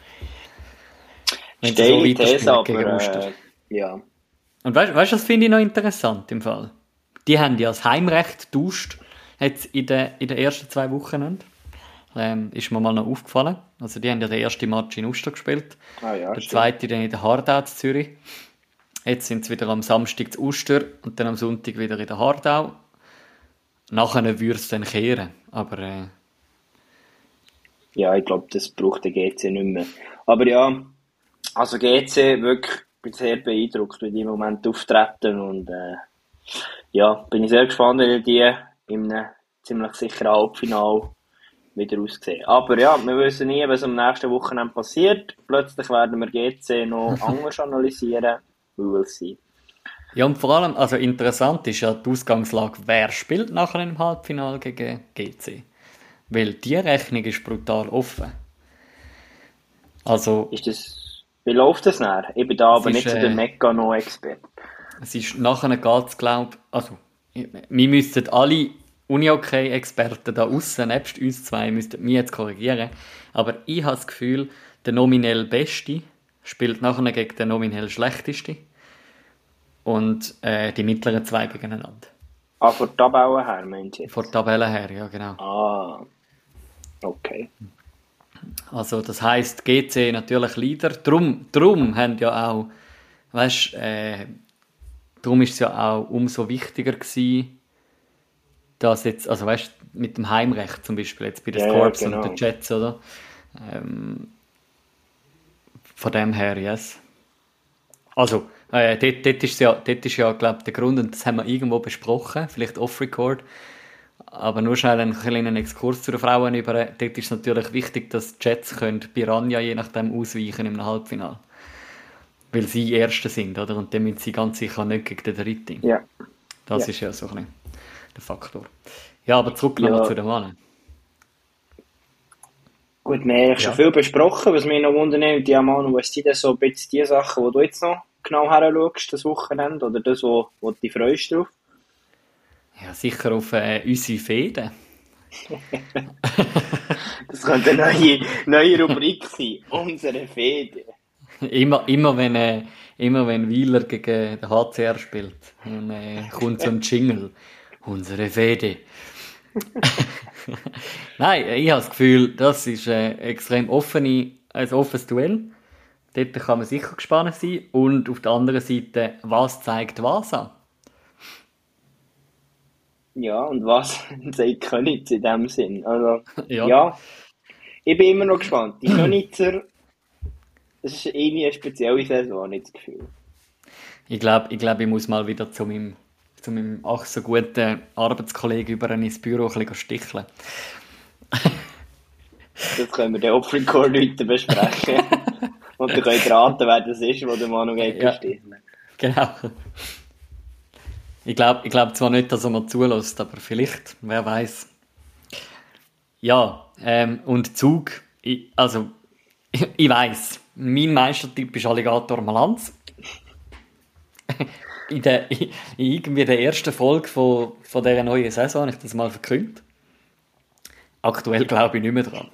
Wenn sie so These, aber, äh, ja. Und weißt du, das finde ich noch interessant im Fall. Die haben ja das Heimrecht getauscht jetzt in den, in den ersten zwei Wochenenden. Ähm, ist mir mal noch aufgefallen. Also die haben ja den ersten Match in Uster gespielt. Ah, ja, der zweite dann in der Hardau in Zürich. Jetzt sind sie wieder am Samstag zu Uster und dann am Sonntag wieder in der Hardau. Nachher würde es dann kehren. Aber äh, ja, ich glaube, das braucht der G C nicht mehr. Aber ja, also G C wirklich, bin sehr beeindruckt, wie die im Moment auftreten und äh, ja, bin ich sehr gespannt, wie die in einem ziemlich sicheren Halbfinale wieder aussehen. Aber ja, wir wissen nie, was am nächsten Wochenende passiert. Plötzlich werden wir G C noch anders analysieren. We will see. Ja, und vor allem, also interessant ist ja die Ausgangslage, wer spielt nachher im Halbfinale gegen G C? Weil die Rechnung ist brutal offen. Also, ist das, wie läuft das nachher? Ich bin da aber nicht so der Meccano-Experte. Es ist nachher geht's, glaube ich, also, wir müssten alle Uni-OK-Experten da aussen, nebst uns zwei, müssten mich jetzt korrigieren. Aber ich habe das Gefühl, der nominell Beste spielt nachher gegen den nominell Schlechteste. Und äh, die mittleren zwei gegeneinander. Ah, von der Tabelle her, meinst du jetzt? Von der Tabelle her, ja, genau. Ah, okay. Also das heisst, G C natürlich Leader. Drum, drum haben ja auch, weißt, äh, drum ist es ja auch umso wichtiger gewesen, dass jetzt, also weißt, mit dem Heimrecht zum Beispiel jetzt bei den ja, Scorps genau. und den Jets, oder? Ähm, von dem her, yes. Also, äh, dort, dort ist ja, dort ist ja, glaube ich, der Grund, und das haben wir irgendwo besprochen, vielleicht off-record, aber nur schnell einen kleinen Exkurs zu den Frauen über. Dort ist es natürlich wichtig, dass die Jets können Piranha je nachdem ausweichen im Halbfinale. Weil sie Erste sind, oder? Und dann müssen sie ganz sicher nicht gegen den Dritten. Ja. Das ja. ist ja so ein bisschen der Faktor. Ja, aber zurück ja. noch zu den Wahlen. Gut, wir haben ja. schon viel besprochen, was mich noch wundert, die Manu, was sind denn so ein bisschen die Sachen, die du jetzt noch genau her schaust, das Wochenende, oder das, wo, wo du dich freust drauf? Ja, sicher auf äh, unsere Fäden. Das könnte eine neue, neue Rubrik sein, unsere Fäden. Immer, immer, wenn, äh, immer wenn Wieler gegen den H C R spielt, dann äh, kommt so ein Jingle. Unsere Fäde. Nein, ich habe das Gefühl, das ist äh, extrem offene, ein offenes Duell. Dort kann man sicher gespannt sein. Und auf der anderen Seite, was zeigt was an? Ja, und was sagt Königs in dem Sinn? Also, Ja. ja, ich bin immer noch gespannt. Die Könitzer, das ist irgendwie eine spezielle Saison, habe ich das Gefühl. Ich glaube, ich, glaub, ich muss mal wieder zu meinem, zu meinem ach so guten Arbeitskollegen über ins Büro ein bisschen sticheln. Das können wir dann off-record heute besprechen. Und ihr könnt raten, wer das ist, wo der Manu geht Ja. sticheln. Genau. Ich glaube ich glaub zwar nicht, dass er mir zulässt, aber vielleicht, wer weiß. Ja, ähm, und Zug, ich, also, ich, ich weiss, mein Meistertipp ist Alligator Malanz. In, der, in, in irgendwie der ersten Folge von, von dieser neuen Saison habe ich das mal verkündet. Aktuell glaube ich nicht mehr dran.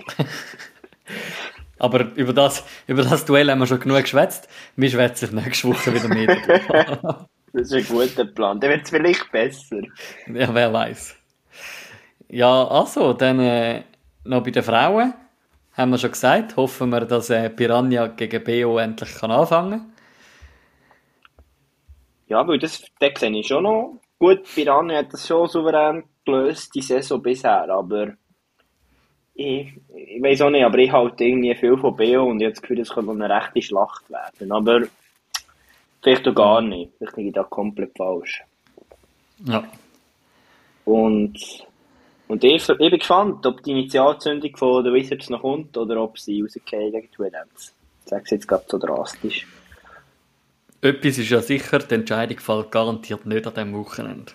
Aber über das, über das Duell haben wir schon genug geschwätzt. Wir schwätzen nächste Woche wieder mehr darüber. Das ist ein guter Plan. Dann wird es vielleicht besser. Ja, wer weiß. Ja, also, dann äh, noch bei den Frauen haben wir schon gesagt, hoffen wir, dass äh, Piranha gegen B O endlich kann anfangen kann. Ja, weil das, das sehe ich schon noch. Gut, Piranha hat das schon souverän gelöst, die Saison bisher, aber ich, ich weiß auch nicht, aber ich halte irgendwie viel von B O und ich habe das Gefühl, das könnte eine rechte Schlacht werden. Aber vielleicht auch gar nicht. Vielleicht liege ich da komplett falsch. Ja. Und, und ich, ich bin gespannt, ob die Initialzündung von den Wizards noch kommt oder ob sie rausgehen gegen die Williams. Ich sage es jetzt gerade so drastisch. Etwas ist ja sicher, die Entscheidung fällt garantiert nicht an diesem Wochenende.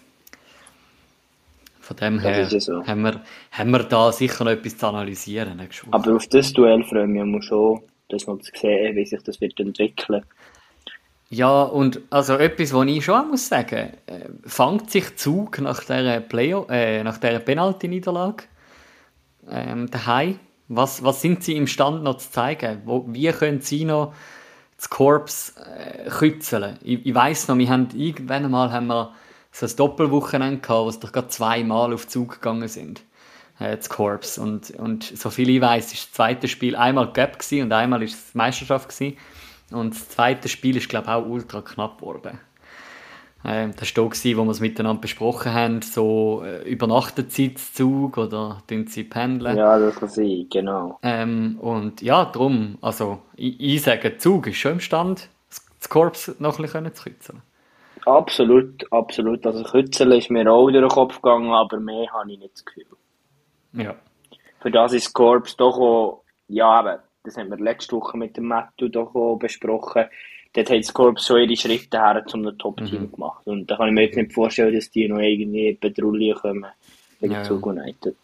Von dem Das her ist ja so. haben, wir, haben wir da sicher noch etwas zu analysieren nächste Woche. Aber auf das Duell freue ich mich immer schon, das noch zu sehen, wie sich das wird entwickeln. Ja, und also etwas, was ich schon auch muss sagen, äh, fängt sich Zug nach dieser, Play- äh, nach dieser Penalty-Niederlage ähm, daheim? Was, was sind sie imstande noch zu zeigen? Wo, wie können sie noch das Korps äh, kützeln? Ich, ich weiss noch, wir haben irgendwann einmal haben wir so ein Doppelwochenende gehabt, wo es doch gerade zweimal auf Zug gegangen sind, äh, das Korps. Und, und so viel ich weiss, ist das zweite Spiel einmal Cup gewesen und einmal ist es Meisterschaft gewesen. Und das zweite Spiel ist, glaube ich, auch ultra knapp geworden. Ähm, das war da, wo wir es miteinander besprochen haben, so äh, übernachtet sie zu Zug oder tun sie pendeln. Ja, das kann sein, genau. Ähm, und ja, darum, also ich, ich sage, Zug ist schon imstande, das Korps noch ein bisschen zu kützeln. Absolut, absolut. Also Kützeln ist mir auch durch den Kopf gegangen, aber mehr habe ich nicht das Gefühl. Ja. Für das ist das Korps doch auch, ja eben, das haben wir letzte Woche mit dem Matthew doch auch besprochen. Dort hat das Korps schon ihre Schritte her zum Top-Team Mhm. gemacht. Und da kann ich mir jetzt nicht vorstellen, dass die noch irgendwie in die Petrouille kommen gegen Ja, ja. Zug United.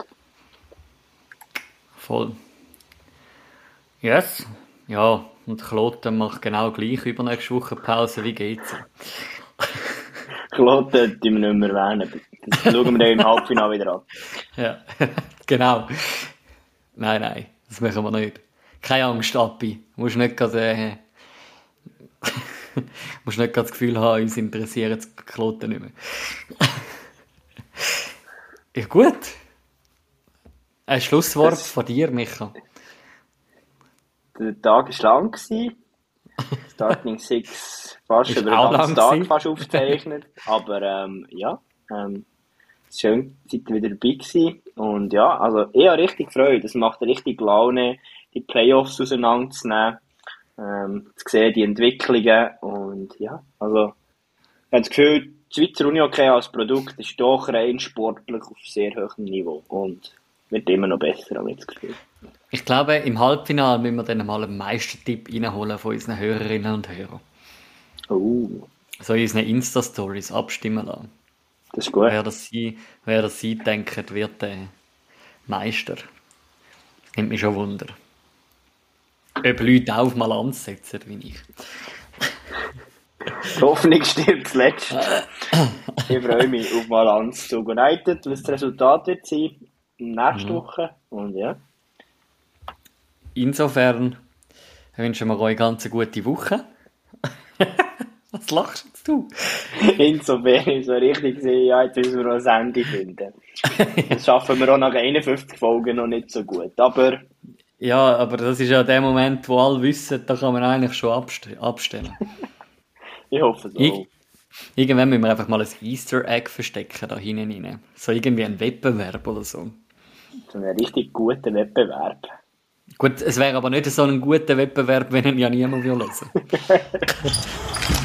Voll. Yes. Ja, und Kloten macht genau gleich übernächste Woche Pause. Wie geht's? Kloten, die wir nicht mehr erwähnen. Das schauen wir dann im Halbfinale wieder an. Ja, genau. Nein, nein, das machen wir nicht. Keine Angst, Appi. Du musst nicht gerade, äh, musst nicht gerade das Gefühl haben, uns interessieren die Kloten nicht mehr. Ja, gut. Ein Schlusswort Das- von dir, Micha. Der Tag war lang. gewesen. Starting Six fast Ist über den auch ganzen lang Tag gewesen. fast aufgezeichnet. Aber ähm, ja, ähm, es ist schön, seid ihr wieder dabei gewesen. Und ja, also ich habe richtig Freude. Es macht richtig Laune, die Playoffs auseinanderzunehmen, ähm, zu sehen, die Entwicklungen. Und ja, also ich habe das Gefühl, die Schweizer Unihockey als Produkt ist doch rein sportlich auf sehr hohem Niveau. Und wird immer noch besser, habe ich das Gefühl. Ich glaube, im Halbfinale müssen wir dann mal einen Meistertipp reinholen von unseren Hörerinnen und Hörern. Oh, So in unseren Insta-Stories abstimmen lassen. das ist gut. Wer das sie, wer das sie denken, wird der Meister. Das nimmt mich schon Wunder. Ob Leute auch auf Malanz setzen, wie ich. Die Hoffnung stirbt zuletzt. Ich freue mich auf Malanz zu United, was das Resultat wird sein nächste Woche. Und ja, Insofern wünschen wir euch ganz eine gute Woche. Was lachst jetzt du? insofern ist es richtig gesehen, ja, jetzt müssen wir noch ein Ende finden. Das schaffen wir auch nach einundfünfzig Folgen noch nicht so gut. Aber Ja, aber das ist ja der Moment, wo alle wissen, da kann man eigentlich schon abst- abstellen. Ich hoffe so. Ich, irgendwann müssen wir einfach mal ein Easter Egg verstecken da hinten rein. So irgendwie ein Wettbewerb oder so. So einen richtig guten Wettbewerb. Gut, es wäre aber nicht so ein guter Wettbewerb, wenn ihn ja niemand will hören.